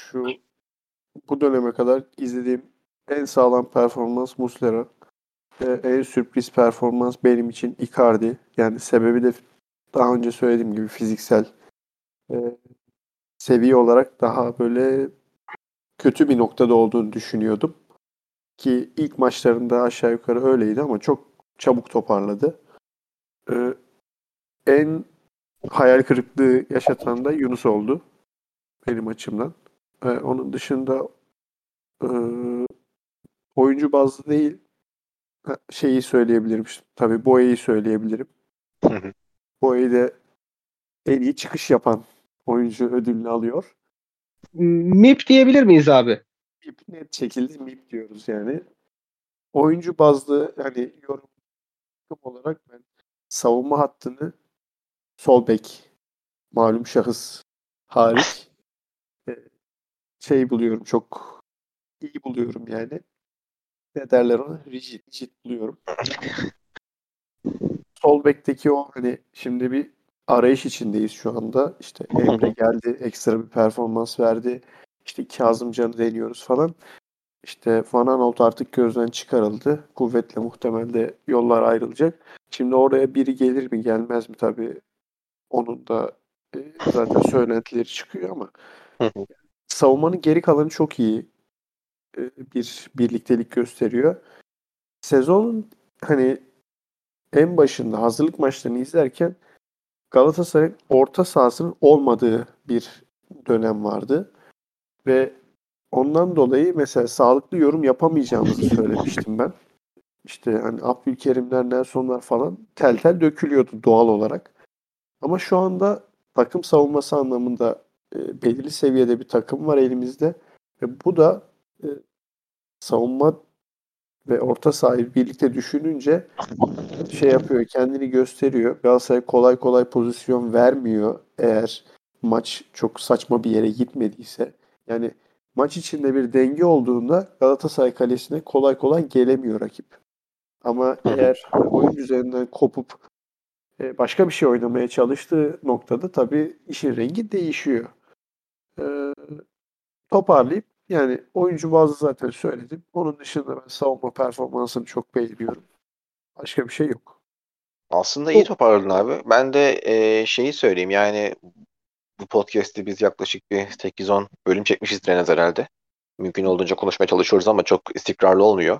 bu döneme kadar izlediğim en sağlam performans Muslera. En sürpriz performans benim için Icardi. Yani sebebi de daha önce söylediğim gibi fiziksel e, seviye olarak daha böyle kötü bir noktada olduğunu düşünüyordum. Ki ilk maçlarında aşağı yukarı öyleydi ama çok çabuk toparladı. E, En hayal kırıklığı yaşatan da Yunus oldu benim açımdan. Onun dışında e, oyuncu bazlı değil, şeyi söyleyebilirim. Tabii Boya'yı söyleyebilirim. Boya da en iyi çıkış yapan oyuncu ödülünü alıyor. MIP diyebilir miyiz abi? MIP, net şekilde MIP diyoruz yani. Oyuncu bazlı yani yorum olarak ben savunma hattını sol bek malum şahıs hariç e, şey buluyorum, çok iyi buluyorum yani. Ne derler ona? Rigid buluyorum. Sol bekteki o hani şimdi bir arayış içindeyiz şu anda. İşte Emre geldi, ekstra bir performans verdi. İşte Kazımcan'ı deniyoruz falan. İşte Van Aanholt artık gözden çıkarıldı. Kuvvetle muhtemel de yollar ayrılacak. Şimdi oraya biri gelir mi gelmez mi tabii onun da zaten söylentileri çıkıyor ama savunmanın geri kalanı çok iyi bir birliktelik gösteriyor. Sezonun hani en başında hazırlık maçlarını izlerken Galatasaray'ın orta sahasının olmadığı bir dönem vardı ve ondan dolayı mesela sağlıklı yorum yapamayacağımızı söylemiştim ben. İşte hani Abdülkerimler, Nelsonlar falan tel tel dökülüyordu doğal olarak. Ama şu anda takım savunması anlamında belirli seviyede bir takım var elimizde ve bu da e, savunma ve orta sahayı birlikte düşününce şey yapıyor, kendini gösteriyor. Galatasaray kolay kolay pozisyon vermiyor eğer maç çok saçma bir yere gitmediyse. Yani maç içinde bir denge olduğunda Galatasaray kalesine kolay kolay gelemiyor rakip. Ama eğer hani oyun düzeninden kopup başka bir şey oynamaya çalıştığı noktada tabii işin rengi değişiyor. E, Toparlayıp yani oyuncu bazı zaten söyledim. Onun dışında ben savunma performansını çok beğeniyorum. Başka bir şey yok. Aslında iyi O toparladın abi. Ben de şeyi söyleyeyim yani bu podcast'i biz yaklaşık bir 8-10 bölüm çekmişizdir en az herhalde. Mümkün olduğunca konuşmaya çalışıyoruz ama çok istikrarlı olmuyor.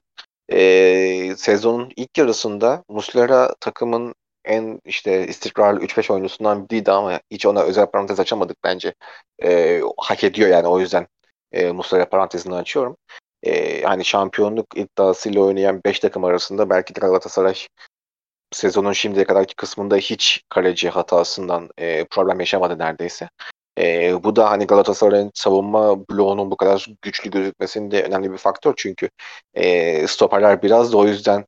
Sezonun ilk yarısında Muslera takımın en işte istikrarlı 3-5 oyuncusundan biriydi ama hiç ona özel parantez açamadık bence. Hak ediyor yani o yüzden Muslera parantezini açıyorum. Hani şampiyonluk iddiasıyla oynayan 5 takım arasında belki de Galatasaray sezonun şimdiye kadarki kısmında hiç kaleci hatasından problem yaşamadı neredeyse. Bu da hani Galatasaray'ın savunma bloğunun bu kadar güçlü gözükmesinde önemli bir faktör çünkü stoperler biraz da o yüzden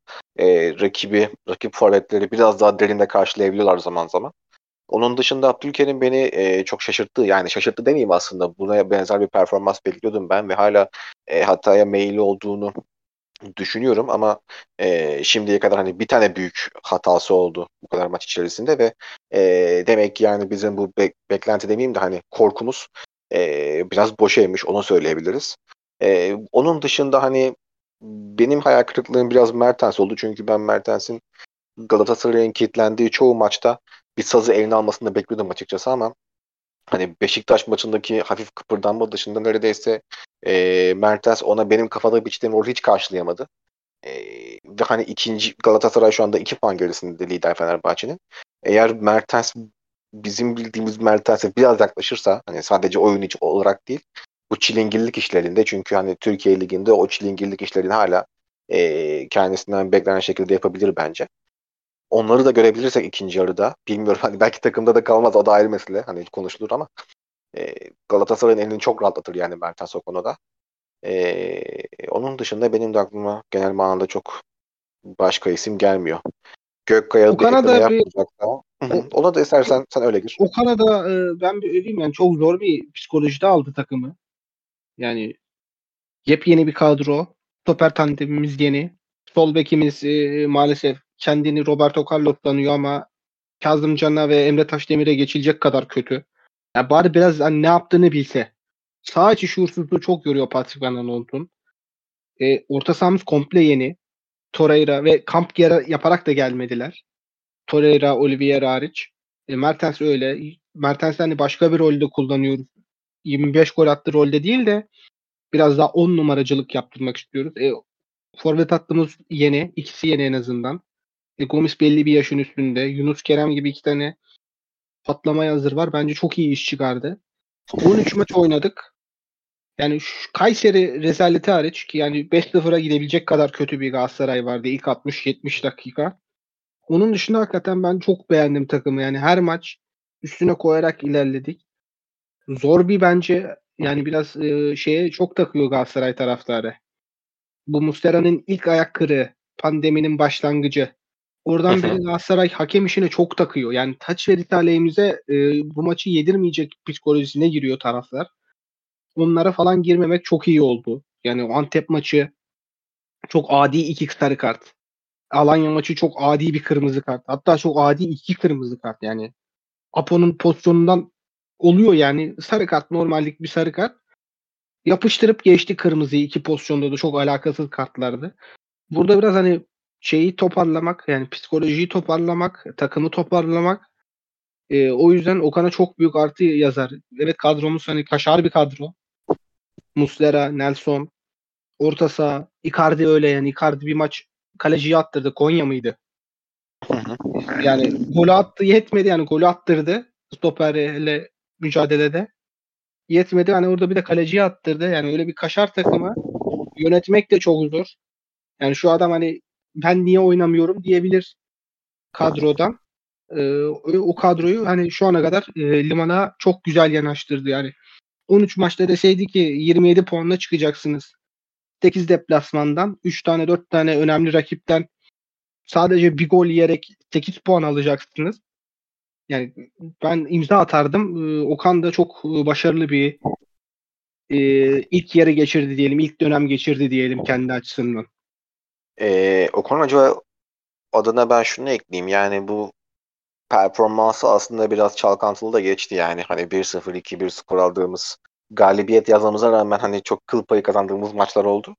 rakip forvetleri biraz daha derinde karşılayabiliyorlar zaman zaman. Onun dışında Abdülkerim beni çok şaşırttı. Yani şaşırttı demeyeyim aslında. Buna benzer bir performans bekliyordum ben ve hala hataya meyilli olduğunu düşünüyorum ama şimdiye kadar hani bir tane büyük hatası oldu bu kadar maç içerisinde ve demek ki yani bizim bu beklenti demeyeyim de hani korkumuz biraz boşaymış onu söyleyebiliriz. Onun dışında hani benim hayal kırıklığım biraz Mertens oldu çünkü ben Mertens'in Galatasaray'ın kilitlendiği çoğu maçta bir sazı eline almasını da bekliyordum açıkçası ama hani Beşiktaş maçındaki hafif kıpırdanma dışında neredeyse Mertens ona benim kafada biçtiğim rolü hiç karşılayamadı. Ve hani ikinci Galatasaray şu anda 2 puan gerisinde lider Fenerbahçe'nin. Eğer Mertens bizim bildiğimiz Mertens'e biraz yaklaşırsa hani sadece oyun içi olarak değil bu çilingirlik işlerinde çünkü hani Türkiye Ligi'nde o çilingirlik işlerini hala kendisinden beklenen şekilde yapabilir bence. Onları da görebilirsek ikinci yarıda bilmiyorum hani belki takımda da kalmaz o da ayrı mesele hani konuşulur ama e, Galatasaray'ın elini çok rahatlatır yani Mertens o konuda. Onun dışında benim de aklıma genel manada çok başka isim gelmiyor. Gökkaya bir Okan'a ekleme da bir yapmayacaksa. Hı o, hı. Ona da istersen sen öyle gir. Okan'a da ben bir öveyim yani çok zor bir psikolojide aldı takımı. Yani yepyeni bir kadro. Stoper tandemimiz yeni. Sol bekimiz maalesef kendini Roberto Carlos sanıyor ama Kazımcan'a ve Emre Taşdemir'e geçilecek kadar kötü. Yani bari biraz hani ne yaptığını bilse. Sağ içi şuursuzluğu çok yoruyor Patrick Van Aanholt'un. Orta sahamız komple yeni. Torreira ve kamp yaparak da gelmediler. Torreira, Olivier hariç. Mertens öyle. Mertens hani başka bir rolde kullanıyoruz. 25 gol attı rolde değil de biraz daha 10 numaracılık yaptırmak istiyoruz. Forvet hattımız yeni. İkisi yeni en azından. Gomis belli bir yaşın üstünde. Yunus Kerem gibi 2 tane patlamaya hazır var. Bence çok iyi iş çıkardı. 13 maç oynadık. Yani şu Kayseri rezaleti hariç ki yani 5-0'a gidebilecek kadar kötü bir Galatasaray vardı ilk 60-70 dakika. Onun dışında hakikaten ben çok beğendim takımı. Yani her maç üstüne koyarak ilerledik. Zor bir bence yani biraz şeye çok takıyor Galatasaray taraftarı. Bu Muslera'nın ilk ayak kırığı, pandeminin başlangıcı. Oradan beri Galatasaray hakem işine çok takıyor. Yani taç ve aleyhimize bu maçı yedirmeyecek psikolojisine giriyor taraftar. Onlara falan girmemek çok iyi oldu. Yani o Antep maçı çok adi 2 sarı kart. Alanya maçı çok adi bir kırmızı kart. Hatta çok adi 2 kırmızı kart yani. Apo'nun pozisyonundan oluyor yani. Sarı kart normallik bir sarı kart. Yapıştırıp geçti kırmızıyı 2 pozisyonda da çok alakasız kartlardı. Burada biraz hani şeyi toparlamak yani psikolojiyi toparlamak, takımı toparlamak o yüzden Okan'a çok büyük artı yazar. Evet kadromuz hani kaşar bir kadro. Muslera, Nelson, orta saha, Icardi öyle yani. Icardi bir maç kaleciyi attırdı. Konya mıydı? Yani golü attı yetmedi yani golü attırdı. Stoperle mücadelede. Yetmedi hani orada bir de kaleciyi attırdı. Yani öyle bir kaşar takımı yönetmek de çok zor. Yani şu adam hani ben niye oynamıyorum diyebilir kadrodan. O kadroyu hani şu ana kadar limana çok güzel yanaştırdı yani. 13 maçta deseydi ki 27 puanla çıkacaksınız. 8 deplasmandan 3 tane 4 tane önemli rakipten sadece bir gol yiyerek 8 puan alacaksınız. Yani ben imza atardım. Okan da çok başarılı bir ilk yarı geçirdi diyelim. İlk dönem geçirdi diyelim kendi açısından. Okan Hoca adına ben şunu ekleyeyim. Yani bu performansı aslında biraz çalkantılı da geçti yani. Hani 1-0, 2-1 skor aldığımız galibiyet yazmamıza rağmen hani çok kıl payı kazandığımız maçlar oldu.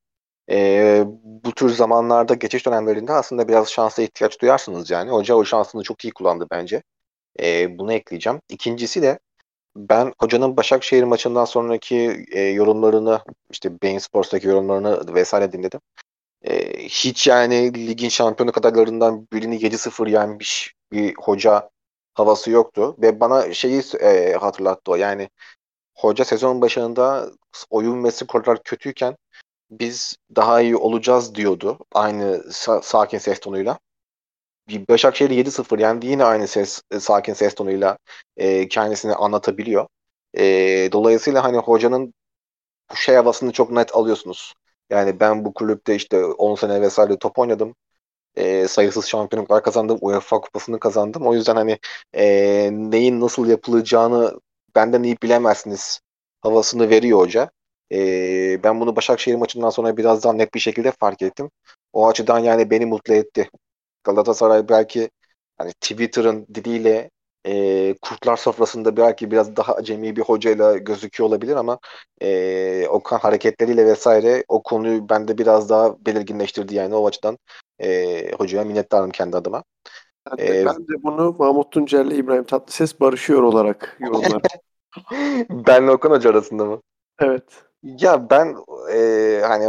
Bu tür zamanlarda geçiş dönemlerinde aslında biraz şansa ihtiyaç duyarsınız yani. Hoca o şansını çok iyi kullandı bence. Bunu ekleyeceğim. İkincisi de ben hocanın Başakşehir maçından sonraki yorumlarını işte Bein Sports'taki yorumlarını vesaire dinledim. Hiç yani ligin şampiyonluk adaylarından birini 7-0 yenmiş bir hoca havası yoktu. Ve bana şeyi hatırlattı o. Yani hoca sezon başında oyun ve skorlar kötüyken biz daha iyi olacağız diyordu. Aynı sakin ses tonuyla. Bir Başakşehir 7-0 yendi. Yine aynı sakin ses tonuyla kendisini anlatabiliyor. Dolayısıyla hani hocanın bu şey havasını çok net alıyorsunuz. Yani ben bu kulüpte işte 10 sene vesaire top oynadım. Sayısız şampiyonluklar kazandım. UEFA kupasını kazandım. O yüzden hani neyin nasıl yapılacağını benden iyi bilemezsiniz havasını veriyor hoca. Ben bunu Başakşehir maçından sonra biraz daha net bir şekilde fark ettim. O açıdan yani beni mutlu etti. Galatasaray belki hani Twitter'ın diliyle kurtlar sofrasında belki biraz daha acemi bir hocayla gözüküyor olabilir ama Okan hareketleriyle vesaire o konuyu bende biraz daha belirginleştirdi yani o açıdan hocaya minnettarım kendi adıma. Ben de bunu Mahmut Tuncer ile İbrahim Tatlıses barışıyor olarak yorumlarım. Benle Okan Hoca arasında mı? Evet. Ya ben hani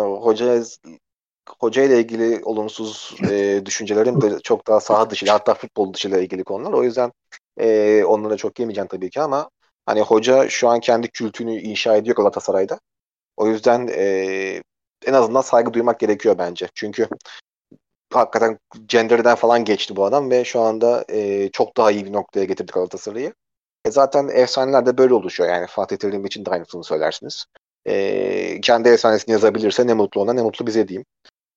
hoca ile ilgili olumsuz düşüncelerim de çok daha saha dışı hatta futbol dışı ile ilgili konular. O yüzden onlara çok yemeyeceğim tabii ki ama hani hoca şu an kendi kültürünü inşa ediyor Galatasaray'da. O yüzden en azından saygı duymak gerekiyor bence. Çünkü hakikaten gender'den falan geçti bu adam ve şu anda çok daha iyi bir noktaya getirdi Galatasaray'ı. Zaten efsaneler de böyle oluşuyor yani Fatih Terim için de aynısını söylersiniz. Kendi efsanesini yazabilirse ne mutlu ona ne mutlu bize diyeyim.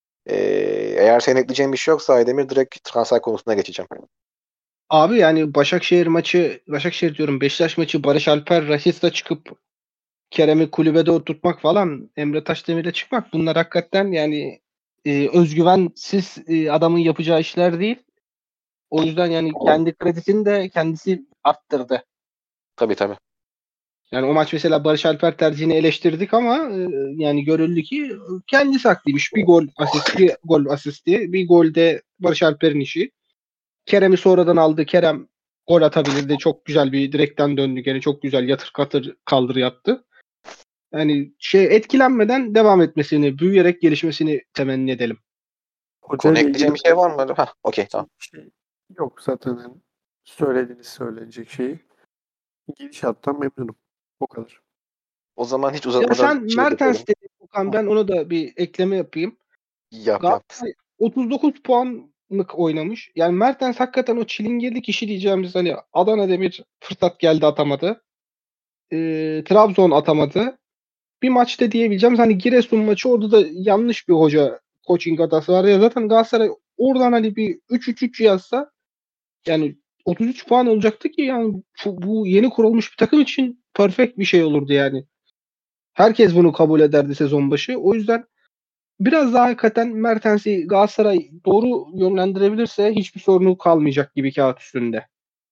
Eğer senin ekleyeceğin bir şey yoksa Aydemir direkt transfer konusuna geçeceğim. Abi yani Başakşehir diyorum Beşiktaş maçı Barış Alper Rashica çıkıp Kerem'i kulübede oturtmak falan Emre Taşdemir'e çıkmak bunlar hakikaten yani özgüvensiz adamın yapacağı işler değil. O yüzden yani kendi kredisini de kendisi arttırdı. Tabii tabii. Yani o maç mesela Barış Alper tercihini eleştirdik ama yani görüldü ki kendisi haklıymış. Bir gol asisti, bir golde Barış Alper'in işi. Kerem'i sonradan aldı. Kerem gol atabilirdi. Çok güzel bir direkten döndü. Gene çok güzel yatır katır kaldır yaptı. Yani etkilenmeden devam etmesini, büyüyerek gelişmesini temenni edelim. Hoca Konu ile ilgili ekleyeceğim bir şey var mı? Hah, okey, tamam. bir şey yok zaten. Yani söylediğiniz söylenecek şeyi. Gidişattan memnunum. O kadar. O zaman hiç Ya uzatmadan sen şeye Mertens geçelim. dedin Okan, ben ona da bir ekleme yapayım. Yap yap. Galatasaray 39 puanlık oynamış. Yani Mertens hakikaten o çilingirli kişi diyeceğimiz, hani Adana Demir fırsat geldi atamadı. Trabzon atamadı. Bir maçta diyebileceğim hani Giresun maçı, orada da yanlış bir hoca coaching hatası var. Ya zaten Galatasaray oradan hani bir 3-3-3 yazsa yani 33 puan olacaktı ki yani bu yeni kurulmuş bir takım için perfect bir şey olurdu yani. Herkes bunu kabul ederdi sezon başı. O yüzden biraz daha hakikaten Mertens'i Galatasaray doğru yönlendirebilirse hiçbir sorunu kalmayacak gibi kağıt üstünde.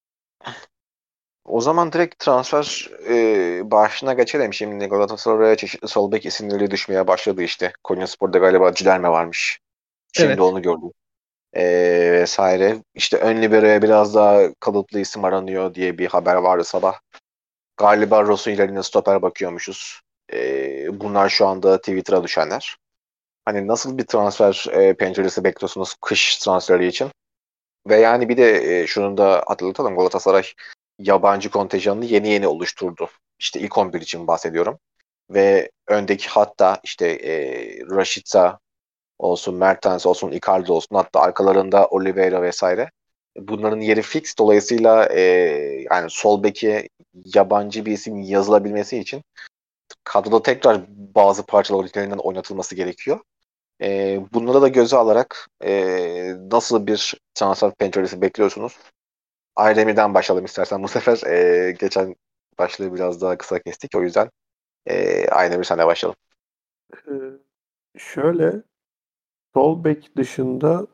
O zaman direkt transfer başına geçelim. Şimdi Galatasaray'a çeşitli sol bek isimleri düşmeye başladı işte. Konyaspor'da galiba Cilerme varmış. Şimdi Evet. onu gördüm. Vesaire. İşte ön libero'ya biraz daha kalıplı isim aranıyor diye bir haber vardı sabah. Galiba Ross'un ilerine stoper bakıyormuşuz. Bunlar şu anda Twitter'a düşenler. Hani nasıl bir transfer penceresi bekliyorsunuz kış transferi için? Ve yani bir de şunu da hatırlatalım, Galatasaray yabancı kontenjanını yeni yeni oluşturdu. İşte ilk 11 için bahsediyorum. Ve öndeki hatta işte Rashica olsun, Mertens olsun, Icardi olsun, hatta arkalarında Oliveira vesaire. Bunların yeri fix. Dolayısıyla yani sol beke yabancı bir isim yazılabilmesi için kadroda tekrar bazı parçalar ülkelerinden oynatılması gerekiyor. Bunları da göze alarak nasıl bir transfer penceresi bekliyorsunuz? Aydemir'den başlayalım istersen. Bu sefer geçen başlığı biraz daha kısa kestik. O yüzden Aydemir senle başlayalım. Ee, şöyle sol bek dışında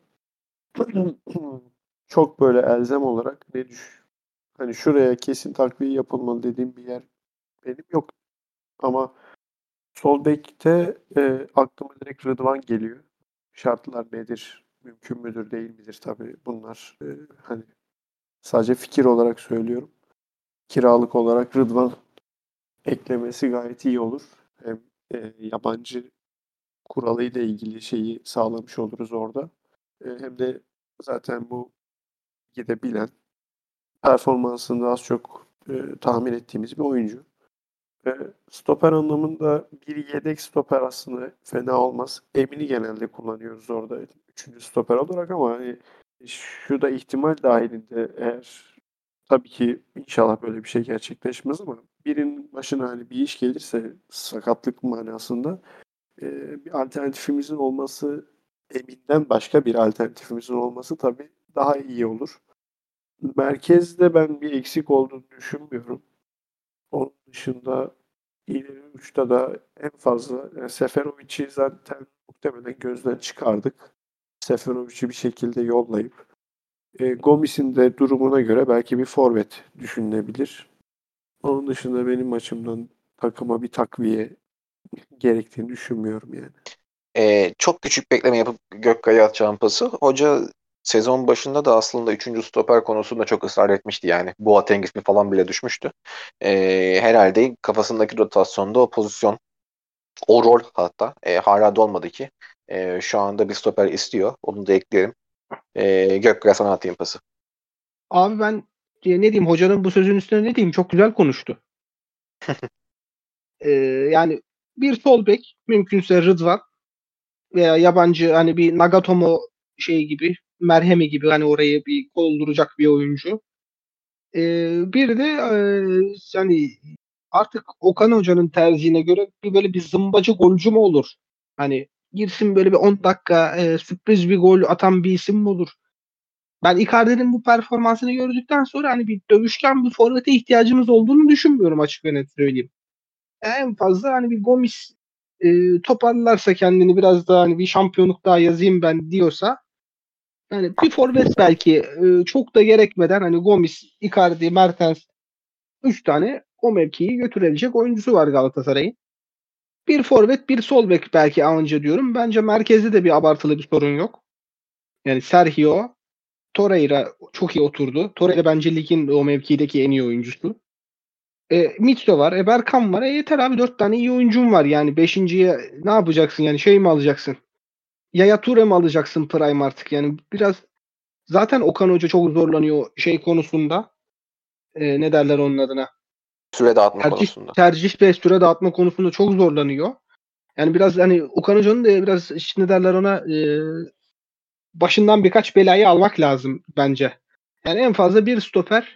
çok böyle elzem olarak hani şuraya kesin takviye yapılmalı dediğim bir yer benim yok. Ama sol bekte aklıma direkt Rıdvan geliyor. Şartlar nedir? Mümkün müdür, değil midir? Tabii bunlar hani sadece fikir olarak söylüyorum. Kiralık olarak Rıdvan eklemesi gayet iyi olur. Hem yabancı kuralıyla ilgili şeyi sağlamış oluruz orada. Hem de zaten bu gidebilen, performansını az çok tahmin ettiğimiz bir oyuncu. Stoper anlamında bir yedek stoper aslında fena olmaz. Emin'i genelde kullanıyoruz orada üçüncü stoper olarak ama hani şu da ihtimal dahilinde, eğer tabii ki inşallah böyle bir şey gerçekleşmez ama birinin başına hani bir iş gelirse sakatlık manasında bir alternatifimizin olması, Emin'den başka bir alternatifimizin olması tabii daha iyi olur. Merkezde ben bir eksik olduğunu düşünmüyorum. Onun dışında ileri uçta da en fazla Seferovic'i zaten muhtemelen gözden çıkardık. Seferovic'i bir şekilde yollayıp Gomis'in de durumuna göre belki bir forvet düşünülebilir. Onun dışında benim açımdan takıma bir takviye gerektiğini düşünmüyorum yani. Çok küçük bekleme yapıp Gökkay'a atacağım pası. Hoca sezon başında da aslında 3. stoper konusunda çok ısrar etmişti yani. Boateng ismi falan bile düşmüştü. Herhalde kafasındaki rotasyonda o pozisyon, o rol hatta hala dolmadı ki. Şu anda bir stoper istiyor. Onu da ekleyelim. Gökkaya sana atayım pası. Abi ben ne diyeyim, hocanın bu sözün üstüne ne diyeyim, çok güzel konuştu. Yani bir sol bek, mümkünse Rıdvan veya yabancı hani bir Nagatomo şey gibi, Merhemi gibi, hani orayı bir dolduracak bir oyuncu. Bir de yani artık Okan Hoca'nın tercihine göre bir böyle bir zımbacı golcü mü olur? Hani girsin böyle bir 10 dakika sürpriz bir gol atan bir isim mi olur? Ben Icardi'nin bu performansını gördükten sonra hani bir dövüşken bir forvete ihtiyacımız olduğunu düşünmüyorum, açık ve net söyleyeyim. En fazla hani bir Gomis toparlarsa kendini, biraz daha hani bir şampiyonluk daha yazayım ben diyorsa, hani bir forvet belki çok da gerekmeden hani Gomis, Icardi, Mertens, 3 tane o mevkiyi götürebilecek oyuncusu var Galatasaray'ın. Bir forvet, bir sol bek belki anca diyorum. Bence merkezde de bir abartılı bir sorun yok. Yani Sergio, Torreira çok iyi oturdu. Torreira bence ligin o mevkideki en iyi oyuncusu. Mitro var. Berkan var. Yeter abi, 4 tane iyi oyuncun var. Yani 5.'ye ne yapacaksın? Yani şey mi alacaksın? Yaya Toure mi alacaksın Prime artık? Yani biraz zaten Okan Hoca çok zorlanıyor şey konusunda. Ne derler onun adına? Süre dağıtma Tercih, konusunda. tercih ve süre dağıtma konusunda çok zorlanıyor. Yani biraz hani Okan Hoca'nın da biraz işte ne derler ona, başından birkaç belayı almak lazım bence. Yani en fazla bir stoper,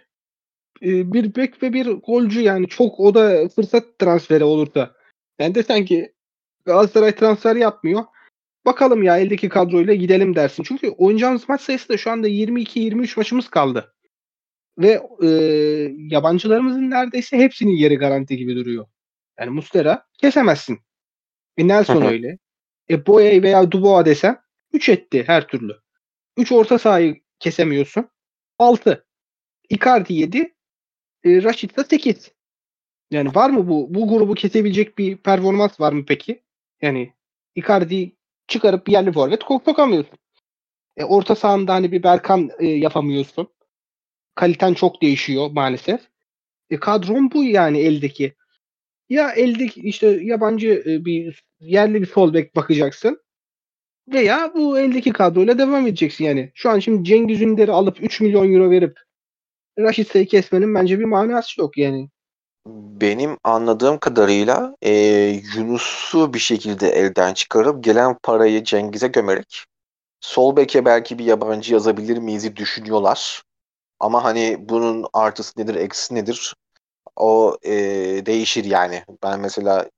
bir bek ve bir golcü, yani çok, o da fırsat transferi olursa. Yani desen ki Galatasaray transfer yapmıyor. Bakalım ya, eldeki kadroyla gidelim dersin. Çünkü oynayacağımız maç sayısı da şu anda 22-23 maçımız kaldı. Ve yabancılarımızın neredeyse hepsinin yeri garanti gibi duruyor. Yani Muslera kesemezsin. Nelson öyle. Boye veya Dubois desem 3 etti her türlü. 3 orta sahayı kesemiyorsun. 6. Icardi 7. Rashica 8. Yani var mı bu grubu kesebilecek bir performans var mı peki? Yani Icardi çıkarıp yerli forvet sokamıyorsun. Orta sahanda hani bir Berkan yapamıyorsun. Kaliten çok değişiyor maalesef. Kadron bu yani eldeki. Ya eldeki işte yabancı bir yerli bir sol bek bakacaksın. Veya bu eldeki kadroyla devam edeceksin yani. Şu an şimdi Cengiz Ünder'i alıp 3 milyon euro verip Raşitsa'yı kesmenin bence bir manası yok yani. Benim anladığım kadarıyla Yunus'u bir şekilde elden çıkarıp gelen parayı Cengiz'e gömerek sol beke belki bir yabancı yazabilir miyiz düşünüyorlar. Ama hani bunun artısı nedir, eksisi nedir? O değişir yani. Ben mesela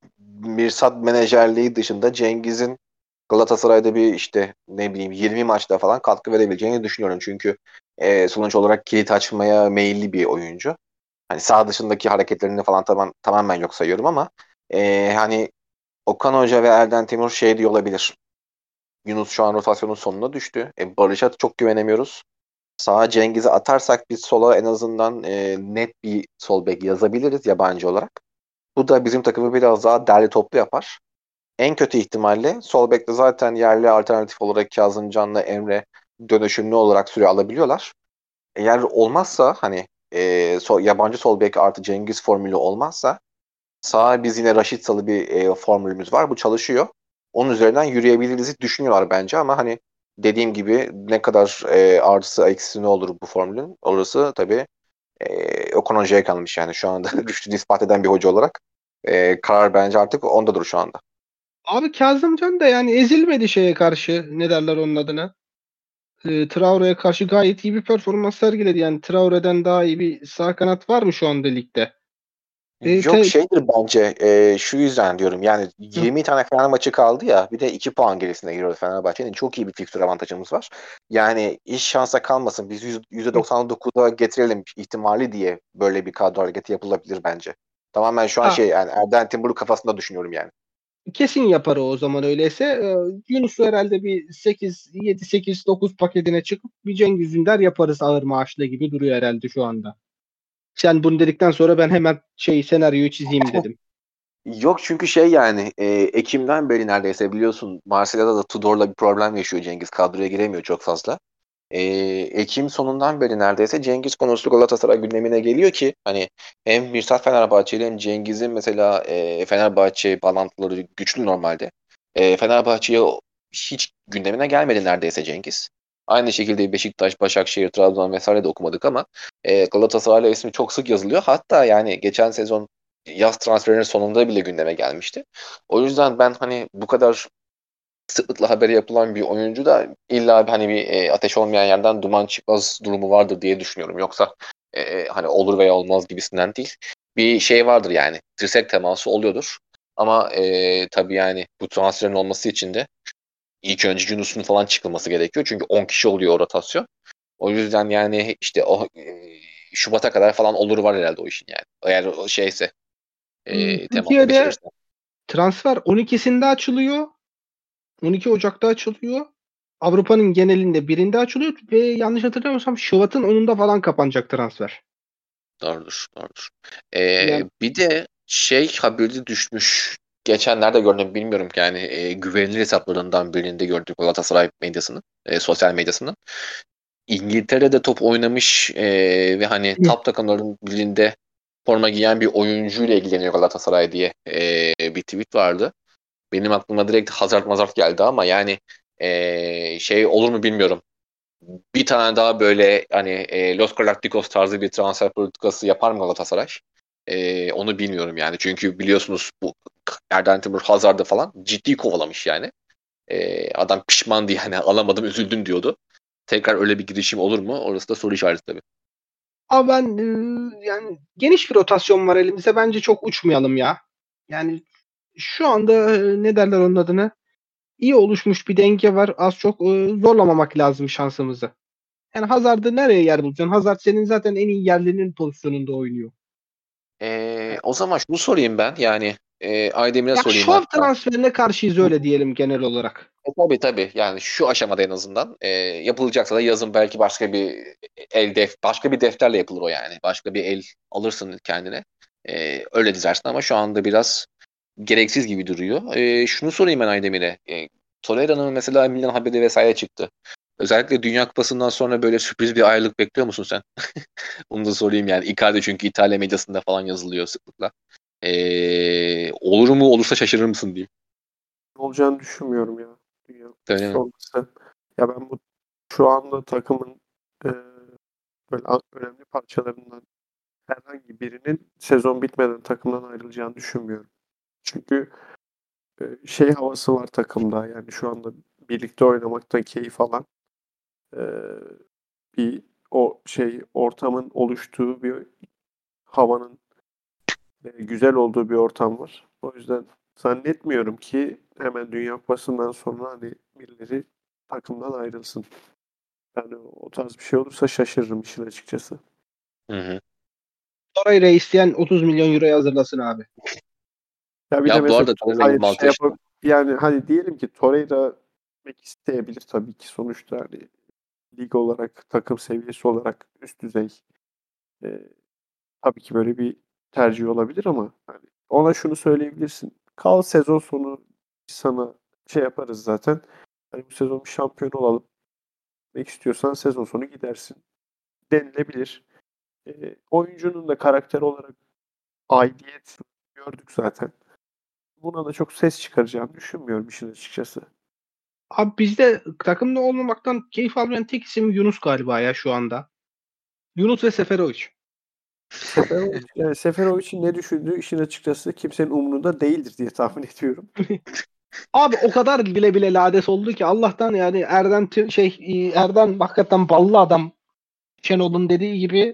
Mirsad menajerliği dışında Cengiz'in Galatasaray'da bir işte ne bileyim 20 maçta falan katkı verebileceğini düşünüyorum. Çünkü sonuç olarak kilit açmaya meyilli bir oyuncu. Hani sağ dışındaki hareketlerini falan tamamen yok sayıyorum ama hani Okan Hoca ve Erden Timur şey diyor olabilir. Yunus şu an rotasyonun sonuna düştü. Barış'a çok güvenemiyoruz. Sağa Cengiz'i atarsak biz sola en azından net bir sol bek yazabiliriz yabancı olarak. Bu da bizim takımı biraz daha derli toplu yapar. En kötü ihtimalle sol bekte zaten yerli alternatif olarak Kazımcan'la Emre dönüşümlü olarak süre alabiliyorlar. Eğer olmazsa hani yabancı sol bek artı Cengiz formülü olmazsa sağa biz yine Raşitsalı bir formülümüz var. Bu çalışıyor. Onun üzerinden yürüyebiliriz düşünüyorlar bence ama hani dediğim gibi ne kadar artısı eksisi ne olur bu formülün orası tabii Okan Hoca'ya kalmış yani şu anda güçlü ispat eden bir hoca olarak. Karar bence artık ondadır şu anda. Abi Kazımcan da yani ezilmedi şeye karşı, ne derler onun adına. Traore'ye karşı gayet iyi bir performans sergiledi. Yani Traore'den daha iyi bir sağ kanat var mı şu anda ligde? E, Yok te, şeydir bence şu yüzden diyorum yani Hı. 20 tane Fener maçı kaldı ya bir de 2 puan gerisinde giriyoruz Fenerbahçe'nin çok iyi bir fikstür avantajımız var. Yani iş şansa kalmasın biz %99'a getirelim ihtimali diye böyle bir kadro hareketi yapılabilir bence. Tamamen şu an Ha, şey yani Erden Timur'un kafasında düşünüyorum yani. kesin yapar o zaman öyleyse. Yunus'u herhalde bir 8, 7, 8, 9 paketine çıkıp bir Cengiz Ünder yaparız ağır maaşlı gibi duruyor herhalde şu anda. Sen bunu dedikten sonra ben hemen senaryoyu çizeyim dedim. Yok çünkü şey yani Ekim'den beri neredeyse biliyorsun Marsilya'da da Tudor'la bir problem yaşıyor Cengiz kadroya giremiyor çok fazla. Ekim sonundan beri neredeyse Cengiz konusu Galatasaray gündemine geliyor ki hani hem Mirsad Fenerbahçeli hem Cengiz'in mesela Fenerbahçe bağlantıları güçlü normalde. Fenerbahçe'ye hiç gündemine gelmedi neredeyse Cengiz. Aynı şekilde Beşiktaş, Başakşehir, Trabzon vesaire de okumadık ama Galatasaray'la ismi çok sık yazılıyor. Hatta yani geçen sezon yaz transferinin sonunda bile gündeme gelmişti. O yüzden ben hani bu kadar sıklıkla haberi yapılan bir oyuncu da illa hani bir ateş olmayan yerden duman çıkmaz durumu vardır diye düşünüyorum. Yoksa hani olur veya olmaz gibisinden değil. Bir şey vardır yani. Dirsek teması oluyordur. Ama tabii yani bu transferin olması için de ilk önce Yunus'un falan çıkılması gerekiyor. Çünkü 10 kişi oluyor o rotasyon. O yüzden yani işte o Şubat'a kadar falan olur var herhalde o işin yani. Eğer o şeyse teması Türkiye'de biçilirse. transfer 12'sinde açılıyor. 12 Ocak'ta açılıyor. Avrupa'nın genelinde birinde açılıyor ve yanlış hatırlamıyorsam Şubat'ın 10'unda falan kapanacak transfer. Doğrudur, doğrudur. Yani Bir de şey haberi düşmüş. Geçenlerde gördüm bilmiyorum ki yani güvenilir hesaplarından birinde gördük Galatasaray medyasının, sosyal medyasının. İngiltere'de top oynamış ve hani top takımların birinde forma giyen bir oyuncuyla ilgileniyor Galatasaray diye bir tweet vardı. Benim aklıma direkt Hazard Mazart geldi ama yani şey olur mu bilmiyorum. Bir tane daha böyle hani Los Galacticos tarzı bir transfer politikası yapar mı Galatasaray? Onu bilmiyorum yani. Çünkü biliyorsunuz bu Erden Timur Hazard'ı falan ciddi kovalamış yani. Adam pişmandı yani alamadım üzüldüm diyordu. Tekrar öyle bir girişim olur mu? Orası da soru işareti tabii. Ama ben yani geniş bir rotasyon var elimizde. Bence çok uçmayalım ya. Yani şu anda ne derler onun adını? İyi oluşmuş bir denge var. Az çok zorlamamak lazım şansımızı. Yani Hazard'ı nereye yer bulacaksın? Hazard senin zaten en iyi yerlerinin pozisyonunda oynuyor. O zaman şunu sorayım ben yani Aydemir'e Ya sorayım şov hatta. transferine karşıyız öyle diyelim genel olarak. Tabii yani şu aşamada en azından yapılacaksa da yazın belki başka bir başka bir defterle yapılır o yani. Başka bir el alırsın kendine. Öyle dizersin ama şu anda biraz gereksiz gibi duruyor. Şunu sorayım ben Aydemir'e. Torreira'nın mesela Milan haberi vesaire çıktı. Özellikle Dünya Kupası'ndan sonra böyle sürpriz bir ayrılık bekliyor musun sen? Onu da sorayım yani. Icardi çünkü İtalya medyasında falan yazılıyor sıklıkla. Olur mu? Olursa şaşırır mısın diyeyim. Olacağını düşünmüyorum ya. Dünya Öyle Kupası mi? olması. Ya ben bu şu anda takımın böyle önemli parçalarından herhangi birinin sezon bitmeden takımdan ayrılacağını düşünmüyorum. Çünkü şey havası var takımda. Yani şu anda birlikte oynamaktan keyif alan e, bir o şey ortamın oluştuğu bir havanın güzel olduğu bir ortam var. O yüzden zannetmiyorum ki hemen Dünya Kupası'ndan sonra hani birileri takımdan ayrılsın. Yani o tarz bir şey olursa şaşırırım işin açıkçası. Hı hı. Torreira isteyen 30 milyon euroya hazırlasın abi. Ya bir de Ya bu mesela arada Torreira hayır 26 şey yaşında. yapıp yani hani diyelim ki Torreira gitmek isteyebilir tabii ki sonuçta hani lig olarak takım seviyesi olarak üst düzey e, tabii ki böyle bir tercih olabilir ama hani ona şunu söyleyebilirsin. Kal sezon sonu sana şey yaparız zaten. Hani bu sezon bir şampiyon olalım. Demek istiyorsan sezon sonu gidersin denilebilir. Oyuncunun da karakter olarak aidiyet gördük zaten. Buna da çok ses çıkaracağını düşünmüyorum işin açıkçası. Abi bizde takımda olmamaktan keyif almayan tek isim Yunus galiba ya şu anda. Yunus ve Seferovic. Seferovic, yani Seferovic'in ne düşündüğü işin açıkçası kimsenin umurunda değildir diye tahmin ediyorum. Abi o kadar bile bile lades oldu ki Allah'tan yani Erdem hakikaten ballı adam. Şenol'un dediği gibi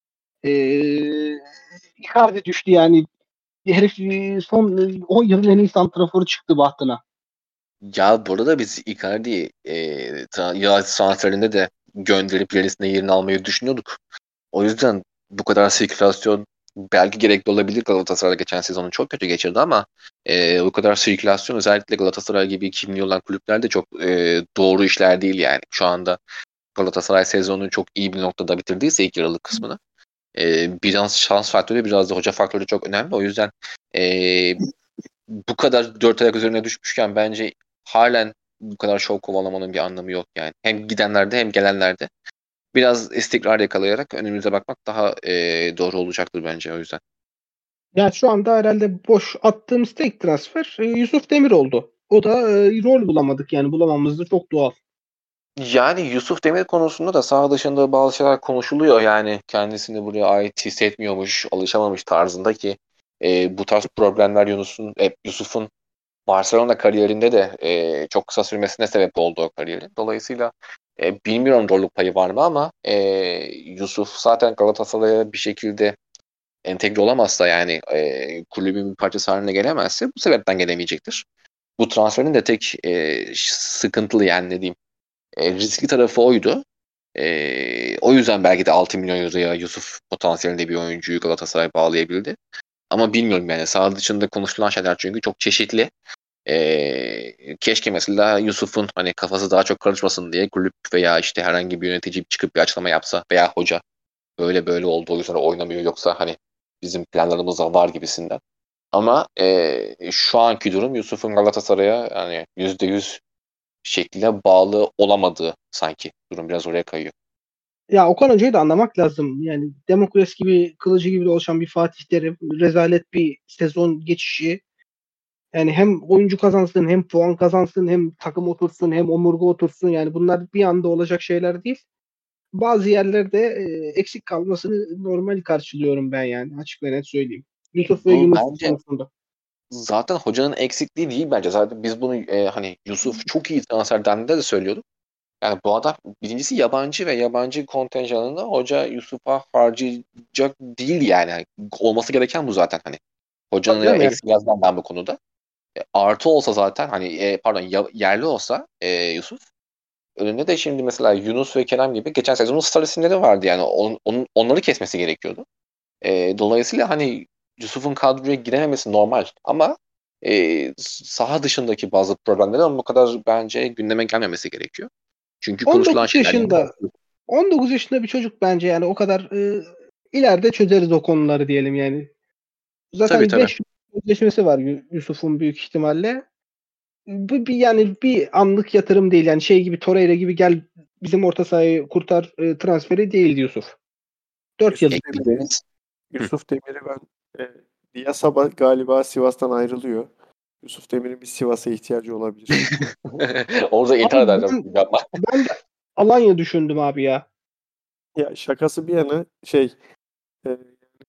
Icardi düştü yani. Herif son 10 yılın en iyi santraforu çıktı bahtına. Ya burada biz Icardi'yi yaz transferinde de gönderip yerisine yerini almayı düşünüyorduk. O yüzden bu kadar sirkülasyon belki gerekli olabilir. Galatasaray geçen sezonu çok kötü geçirdi ama bu kadar sirkülasyon özellikle Galatasaray gibi kimliği olan kulüplerde çok doğru işler değil yani. Şu anda Galatasaray sezonu çok iyi bir noktada bitirdiyse ilk yarılık kısmını. Biraz şans faktörü biraz da hoca faktörü çok önemli. O yüzden e, bu kadar dört ayak üzerine düşmüşken bence halen bu kadar şov kovalamanın bir anlamı yok yani. Hem gidenlerde hem gelenlerde biraz istikrar yakalayarak önümüze bakmak daha doğru olacaktır bence o yüzden. Ya şu anda herhalde boş attığımız tek transfer Yusuf Demir oldu. O da rol bulamadık yani bulamamız da çok doğal. Yani Yusuf Demir konusunda da saha dışında bazı şeyler konuşuluyor. Yani kendisini buraya ait hissetmiyormuş, alışamamış tarzında ki bu tarz problemler Yusuf'un Barcelona kariyerinde de çok kısa sürmesine sebep oldu o kariyerin. Dolayısıyla bilmiyorum zorluk payı var mı ama Yusuf zaten Galatasaray'a bir şekilde entegre olamazsa yani kulübün bir parçası haline gelemezse bu sebepten gelemeyecektir. Bu transferin de tek sıkıntılı yani ne diyeyim riskli tarafı oydu. O yüzden belki de 6 milyon euroya Yusuf potansiyelinde bir oyuncuyu Galatasaray bağlayabildi. Ama bilmiyorum yani saha dışında konuşulan şeyler çünkü çok çeşitli. Keşke mesela Yusuf'un hani kafası daha çok karışmasın diye kulüp veya işte herhangi bir yönetici çıkıp bir açıklama yapsa veya hoca böyle böyle oldu o yüzden oynamıyor yoksa hani bizim planlarımız da var gibisinden. Ama şu anki durum Yusuf'un Galatasaray'a yani %100 şekilde bağlı olamadığı sanki. Durum biraz oraya kayıyor. Ya Okan Hoca'yı da anlamak lazım. Yani Demokrasi gibi, kılıcı gibi dolaşan bir Fatih Terim, rezalet bir sezon geçişi. Yani hem oyuncu kazansın, hem puan kazansın, hem takım otursun, hem omurga otursun. Yani bunlar bir anda olacak şeyler değil. Bazı yerlerde eksik kalmasını normal karşılıyorum ben yani. Açık ve net söyleyeyim. Yusuf ve Bu Yunus bence konusunda. zaten hocanın eksikliği değil bence. Zaten biz bunu hani Yusuf çok iyi transfer dendiğinde de söylüyorduk. Yani bu adam birincisi yabancı ve yabancı kontenjanında hoca Yusuf'a harcayacak değil yani. Yani olması gereken bu zaten hani. Tabii Hocanın canım yani. eksik yazmam ben bu konuda. Artı olsa zaten hani pardon yerli olsa Yusuf. Önünde de şimdi mesela Yunus ve Kerem gibi geçen sezonun star isimleri vardı yani onları kesmesi gerekiyordu. Dolayısıyla hani Yusuf'un kadroya girememesi normal ama saha dışındaki bazı problemlerin bu kadar bence gündeme gelmemesi gerekiyor. Çünkü konuşulan 19 şeyler yani yaşında 19 yaşında bir çocuk bence yani o kadar ileride çözeriz o konuları diyelim yani. tabii Zaten tabii. 5 sözleşmesi var Yusuf'un büyük ihtimalle. Bu bir yani bir anlık yatırım değil yani şey gibi Torreira gibi gel bizim orta sahayı kurtar transferi değil Yusuf. 4 Yusuf yıllık. Demir'i Eklediğiniz Yusuf Demir'i ben Diyasaba galiba Sivas'tan ayrılıyor. Yusuf Demir'in bir Sivas'a ihtiyacı olabilir. orada intihar Abi ederdim. Yapma. ben de Alanya düşündüm abi ya. Ya şakası bir yana e,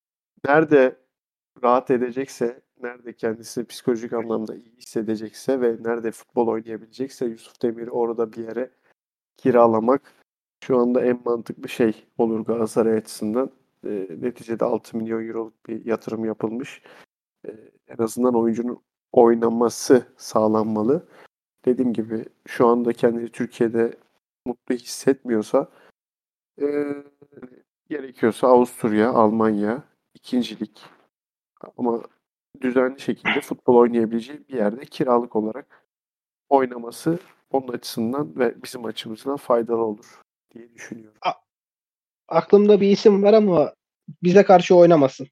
nerede rahat edecekse, nerede kendisini psikolojik anlamda iyi hissedecekse ve nerede futbol oynayabilecekse Yusuf Demir'i orada bir yere kiralamak şu anda en mantıklı şey olur Galatasaray açısından. Neticede 6 milyon euroluk bir yatırım yapılmış. E, En azından oyuncunun oynaması sağlanmalı. Dediğim gibi şu anda kendini Türkiye'de mutlu hissetmiyorsa e, gerekiyorsa Avusturya, Almanya, ikincilik ama düzenli şekilde futbol oynayabileceği bir yerde kiralık olarak oynaması onun açısından ve bizim açımızdan faydalı olur diye düşünüyorum. A- Aklımda bir isim var ama bize karşı oynamasın.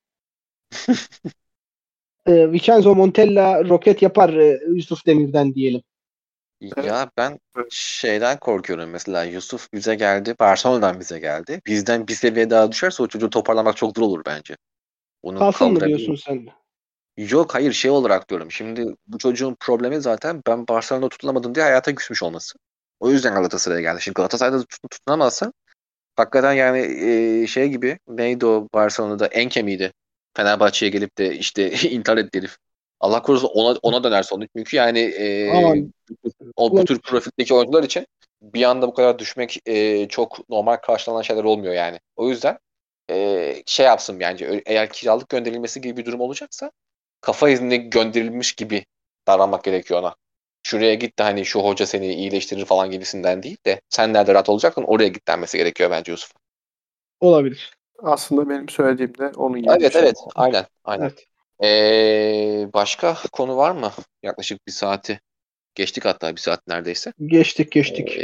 Vincenzo Montella roket yapar Yusuf Demir'den diyelim. Evet, Ya ben evet. şeyden korkuyorum mesela Yusuf bize geldi, Barcelona'dan bize geldi. Bizden bir seviye daha düşerse o çocuğu toparlamak çok zor olur bence. Onu Kalsın mı diyorsun kaldırabilir. sen? Yok hayır şey olarak diyorum. Şimdi bu çocuğun problemi zaten ben Barcelona'da tutunamadım diye hayata küsmüş olması. O yüzden Galatasaray'a geldi. Şimdi Galatasaray'da tutunamazsa hakikaten yani şey gibi neydi o Barcelona'da Enke miydi? Fenerbahçe'ye gelip de işte intihar etti herif. Allah korusun ona döner sonu. Çünkü yani Aman bu tür olabilir. profildeki oyuncular için bir anda bu kadar düşmek çok normal karşılanan şeyler olmuyor yani. O yüzden şey yapsın bence eğer kiralık gönderilmesi gibi bir durum olacaksa kafa izni gönderilmiş gibi davranmak gerekiyor ona. Şuraya git de hani şu hoca seni iyileştirir falan gibisinden değil de sen nerede rahat olacaksın oraya git denmesi gerekiyor bence Yusuf. Olabilir. Aslında benim söylediğim de onun gibi bir Evet şey. evet aynen aynen. Evet. Başka konu var mı? Yaklaşık bir saati geçtik hatta bir saat neredeyse. Geçtik.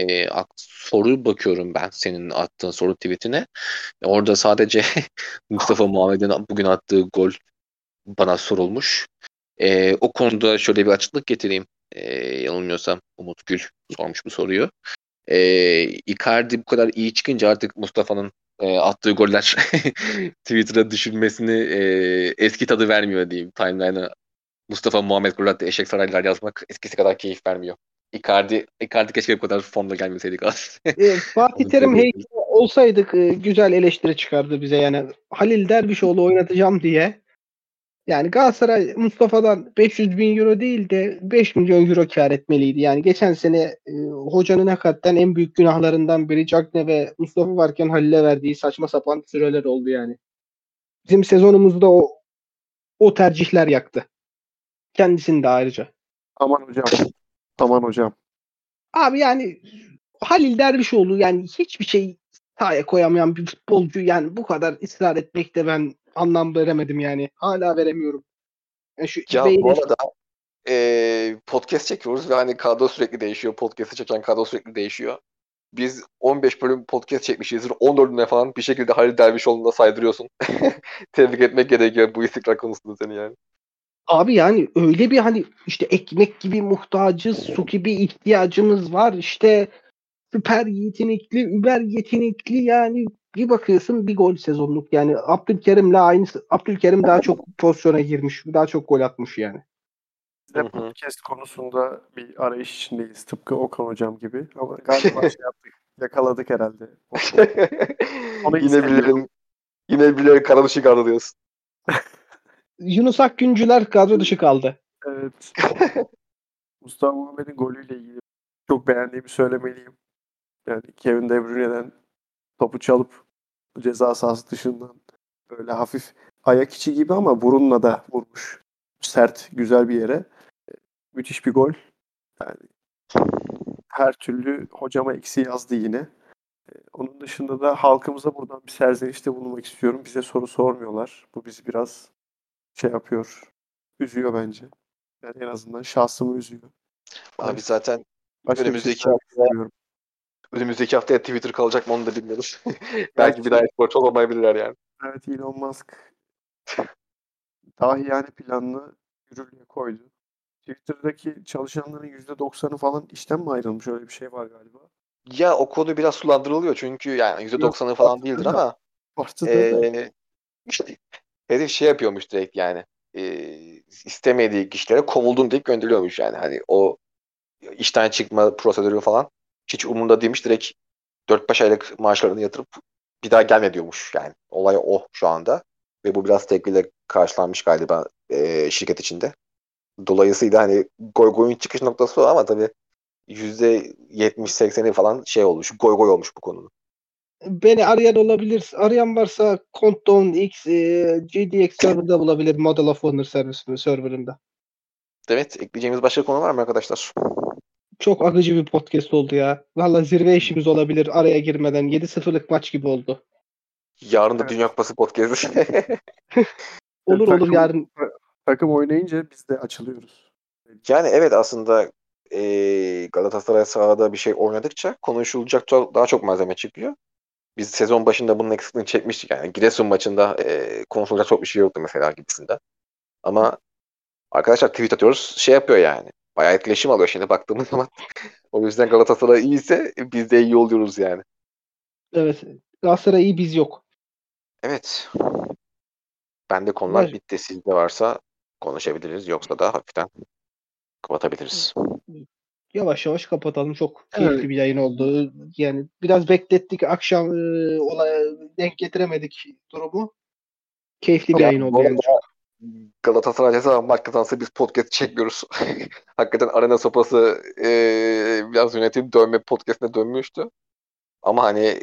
Soru bakıyorum ben senin attığın soru tweetine. Orada sadece Mustafa Muhammed'in bugün attığı gol bana sorulmuş. O konuda şöyle bir açıklık getireyim. Yanılmıyorsam Umut Gül sormuş bu soruyu. Icardi bu kadar iyi çıkınca artık Mustafa'nın attığı goller Twitter'a düşürmesini eski tadı vermiyor diyeyim. Timeline'a Mustafa Muhammed gol attı eşek saraylar yazmak eskisi kadar keyif vermiyor. Icardi keşke bu kadar formda gelmeseydi Galatasaray. Fatih Onu Terim söyleyebilirim. heykeli olsaydık güzel eleştiri çıkardı bize yani. Halil Dervişoğlu oynatacağım diye. Yani Galatasaray Mustafa'dan 500 bin euro değil de 5 milyon euro kar etmeliydi. Yani geçen sene hocanın hakikaten en büyük günahlarından biri Cagne ve Mustafa varken Halil'e verdiği saçma sapan süreler oldu yani. Bizim sezonumuzda o tercihler yaktı. Kendisini de ayrıca. Aman hocam, aman hocam. Abi yani Halil Dervişoğlu yani hiçbir şey sahaya koyamayan bir futbolcu yani bu kadar ısrar etmekte ben anlam veremedim yani. Hala veremiyorum. Yani şu Ya bu Bey'in arada podcast çekiyoruz ve hani kadro sürekli değişiyor. Podcast'ı çeken kadro sürekli değişiyor. Biz 15 bölüm podcast çekmişizdir. 14'üne falan bir şekilde Halil Dervişoğlu'na saydırıyorsun. Tebrik etmek gerekiyor bu istikrar konusunda seni yani. abi yani öyle bir hani işte ekmek gibi muhtacız, su gibi ihtiyacımız var. İşte süper yetenekli, über yetenekli yani bir bakıyorsun bir gol sezonluk yani Abdülkerim'le aynı Abdülkerim daha çok pozisyona girmiş, daha çok gol atmış yani. Biz de podcast konusunda bir arayış içindeyiz. Tıpkı Okan hocam gibi. Ama galiba şey yaptık. Yakaladık herhalde. Onu Yine hissediyorum. birileri kara dışı kaldı diyorsun. Yunus Akgüncüler kadro dışı kaldı. Evet. Mustafa Muhammed'in golüyle ilgili çok beğendiğimi söylemeliyim. Yani Kevin De Bruyne'den topu çalıp ceza sahası dışından böyle hafif ayak içi gibi ama burunla da vurmuş. Sert, güzel bir yere. Müthiş bir gol. Yani her türlü hocama eksi yazdı yine. Onun dışında da halkımıza buradan bir serzenişte bulunmak istiyorum. Bize soru sormuyorlar. Bu bizi biraz şey yapıyor. Üzüyor bence. Yani en azından şahsımı üzüyor. Abi zaten Başka bir şey önümüzdeki söylemek hafta istemiyorum. önümüzdeki haftaya Twitter kalacak mı onu da bilmiyoruz. Belki Belki bir daha spor olamayabilirler yani. evet, Elon Musk dahiyane planını yürürlüğe koydu. Twitter'daki çalışanların %90'ı falan işten mi ayrılmış? Öyle bir şey var galiba. Ya o konu biraz sulandırılıyor çünkü yani Biraz %90'ı falan değildir abartılı da. ama Abartılı da. işte herif şey yapıyormuş direkt yani. İstemediği kişilere kovuldun deyip gönderiyormuş yani. Hani o işten çıkma prosedürü falan hiç umurunda değilmiş. Direkt 4-5 aylık maaşlarını yatırıp bir daha gelme diyormuş yani. Olay o şu anda. Ve bu biraz tepkiyle karşılanmış galiba şirket içinde. Dolayısıyla hani goy goyun çıkış noktası o ama tabii %70-80'i falan şey olmuş. Goy goy olmuş bu konunun. Beni arayan olabilir. Arayan varsa Countdown X GDX serverda bulabilir. Model of Honor serverında. Evet, ekleyeceğimiz başka konu var mı arkadaşlar? Çok akıcı bir podcast oldu ya. Valla zirve işimiz olabilir araya girmeden. 7-0'lık maç gibi oldu. Yarın da Evet. Dünya Kupası podcast'ı. Olur olur yarın. Takım oynayınca biz de açılıyoruz. Yani evet aslında Galatasaray sahada bir şey oynadıkça konuşulacak daha çok malzeme çıkıyor. Biz sezon başında bunun eksikliğini çekmiştik yani. Giresun maçında konuşulacak çok bir şey yoktu mesela gibisinden. Ama arkadaşlar tweet atıyoruz şey yapıyor yani. Bayağı etkileşim alıyor şimdi baktığımız zaman. O yüzden Galatasaray iyiyse biz de iyi oluyoruz yani. Evet. Galatasaray iyi biz yok. Evet. Bende konular Baş- bitti. Sizde varsa konuşabiliriz. Yoksa da hafiften kapatabiliriz. Yavaş yavaş kapatalım. Çok Evet. keyifli bir yayın oldu. Yani biraz beklettik. Akşam denk getiremedik durumu. Keyifli bir Ya yayın bu oldu yani arada çok. Galatasaray ne zaman maç kazansa biz podcast çekmiyoruz. Hakikaten arena sopası biraz yönetim dönme podcastine dönmüştü. Ama hani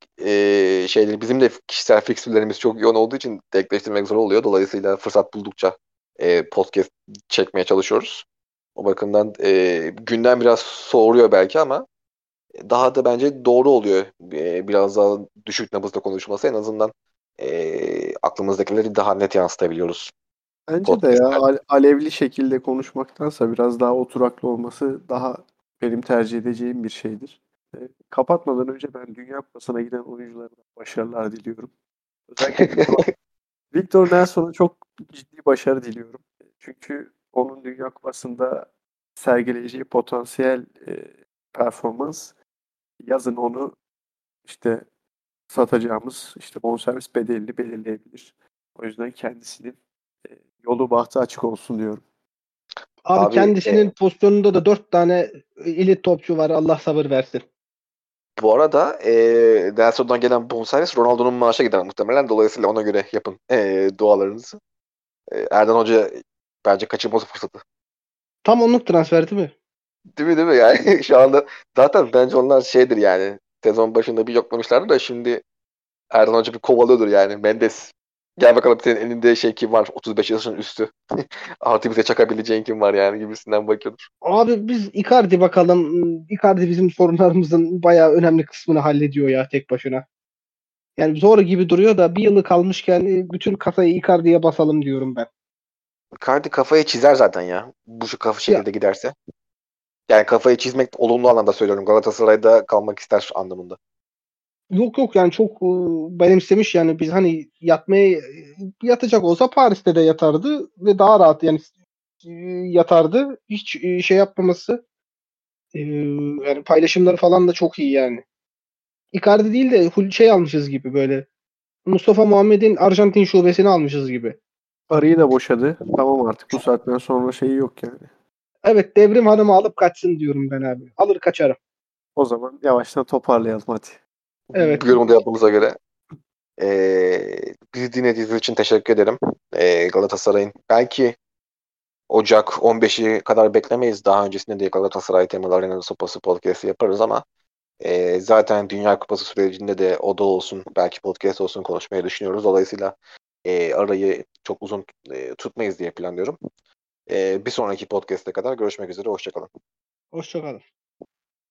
şeyleri bizim de kişisel fikstürlerimiz çok yoğun olduğu için denkleştirmek zor oluyor. Dolayısıyla fırsat buldukça podcast çekmeye çalışıyoruz. O bakımdan gündem biraz soğuruyor belki ama daha da bence doğru oluyor. Biraz daha düşük nabızda konuşması en azından aklımızdakileri daha net yansıtabiliyoruz Bence de ya podcastler. alevli şekilde konuşmaktansa biraz daha oturaklı olması daha benim tercih edeceğim bir şeydir. Kapatmadan önce ben Dünya Kupası'na giden oyunculara başarılar diliyorum. Özellikle Victor Nelson'a çok ciddi başarı diliyorum. Çünkü onun Dünya Kupası'nda sergileyeceği potansiyel performans yazın onu işte satacağımız işte bonservis bedelini belirleyebilir. O yüzden kendisinin yolu bahtı açık olsun diyorum. Abi Abi kendisinin pozisyonunda da 4 tane elit topçu var. Allah sabır versin. bu arada Nelson'dan gelen bonservis Ronaldo'nun maaşa gider muhtemelen. Dolayısıyla ona göre yapın dualarınızı. Erden Hoca bence kaçırmaz fırsatı. Tam onluk transfer değil mi? Değil mi değil mi? Yani şu anda zaten bence onlar şeydir yani. Sezon başında bir yoklamışlardı da şimdi Erden Hoca bir kovalıyordur yani. Mendes. Gel bakalım senin elinde şey kim var? 35 yaşın üstü. Artı bize çakabileceğin kim var yani gibisinden bakıyordur. Abi biz Icardi bakalım. Icardi bizim sorunlarımızın bayağı önemli kısmını hallediyor ya tek başına. Yani zor gibi duruyor da bir yılı kalmışken bütün kafayı Icardi'ye basalım diyorum ben. Icardi kafayı çizer zaten ya. Bu şu kafa Ya şekilde giderse. Yani kafayı çizmek olumlu anlamda söylüyorum. Galatasaray'da kalmak ister anlamında. yok yok yani çok benimsemiş yani biz hani yatacak olsa Paris'te de yatardı ve daha rahat yani yatardı. Hiç şey yapmaması Yani paylaşımları falan da çok iyi yani. Icardi değil de şey almışız gibi böyle. Mustafa Muhammed'in Arjantin şubesini almışız gibi. Arayı da boşadı. Tamam artık bu saatten sonra şeyi yok yani. Evet, Devrim Hanım'ı alıp kaçsın diyorum ben abi. Alır kaçarım. O zaman yavaştan toparlayalım hadi. Evet. Bu yorumu da yaptığımıza göre bizi dinlediğiniz için teşekkür ederim. Galatasaray'ın belki Ocak 15'i kadar beklemeyiz. Daha öncesinde de Galatasaray temalı Arena'nın Sopası podcast'i yaparız ama zaten Dünya Kupası sürecinde de o da olsun, belki podcast olsun konuşmayı düşünüyoruz. Dolayısıyla arayı çok uzun tutmayız diye planlıyorum. Bir sonraki podcast'e kadar görüşmek üzere. Hoşça kalın. Hoşçakalın.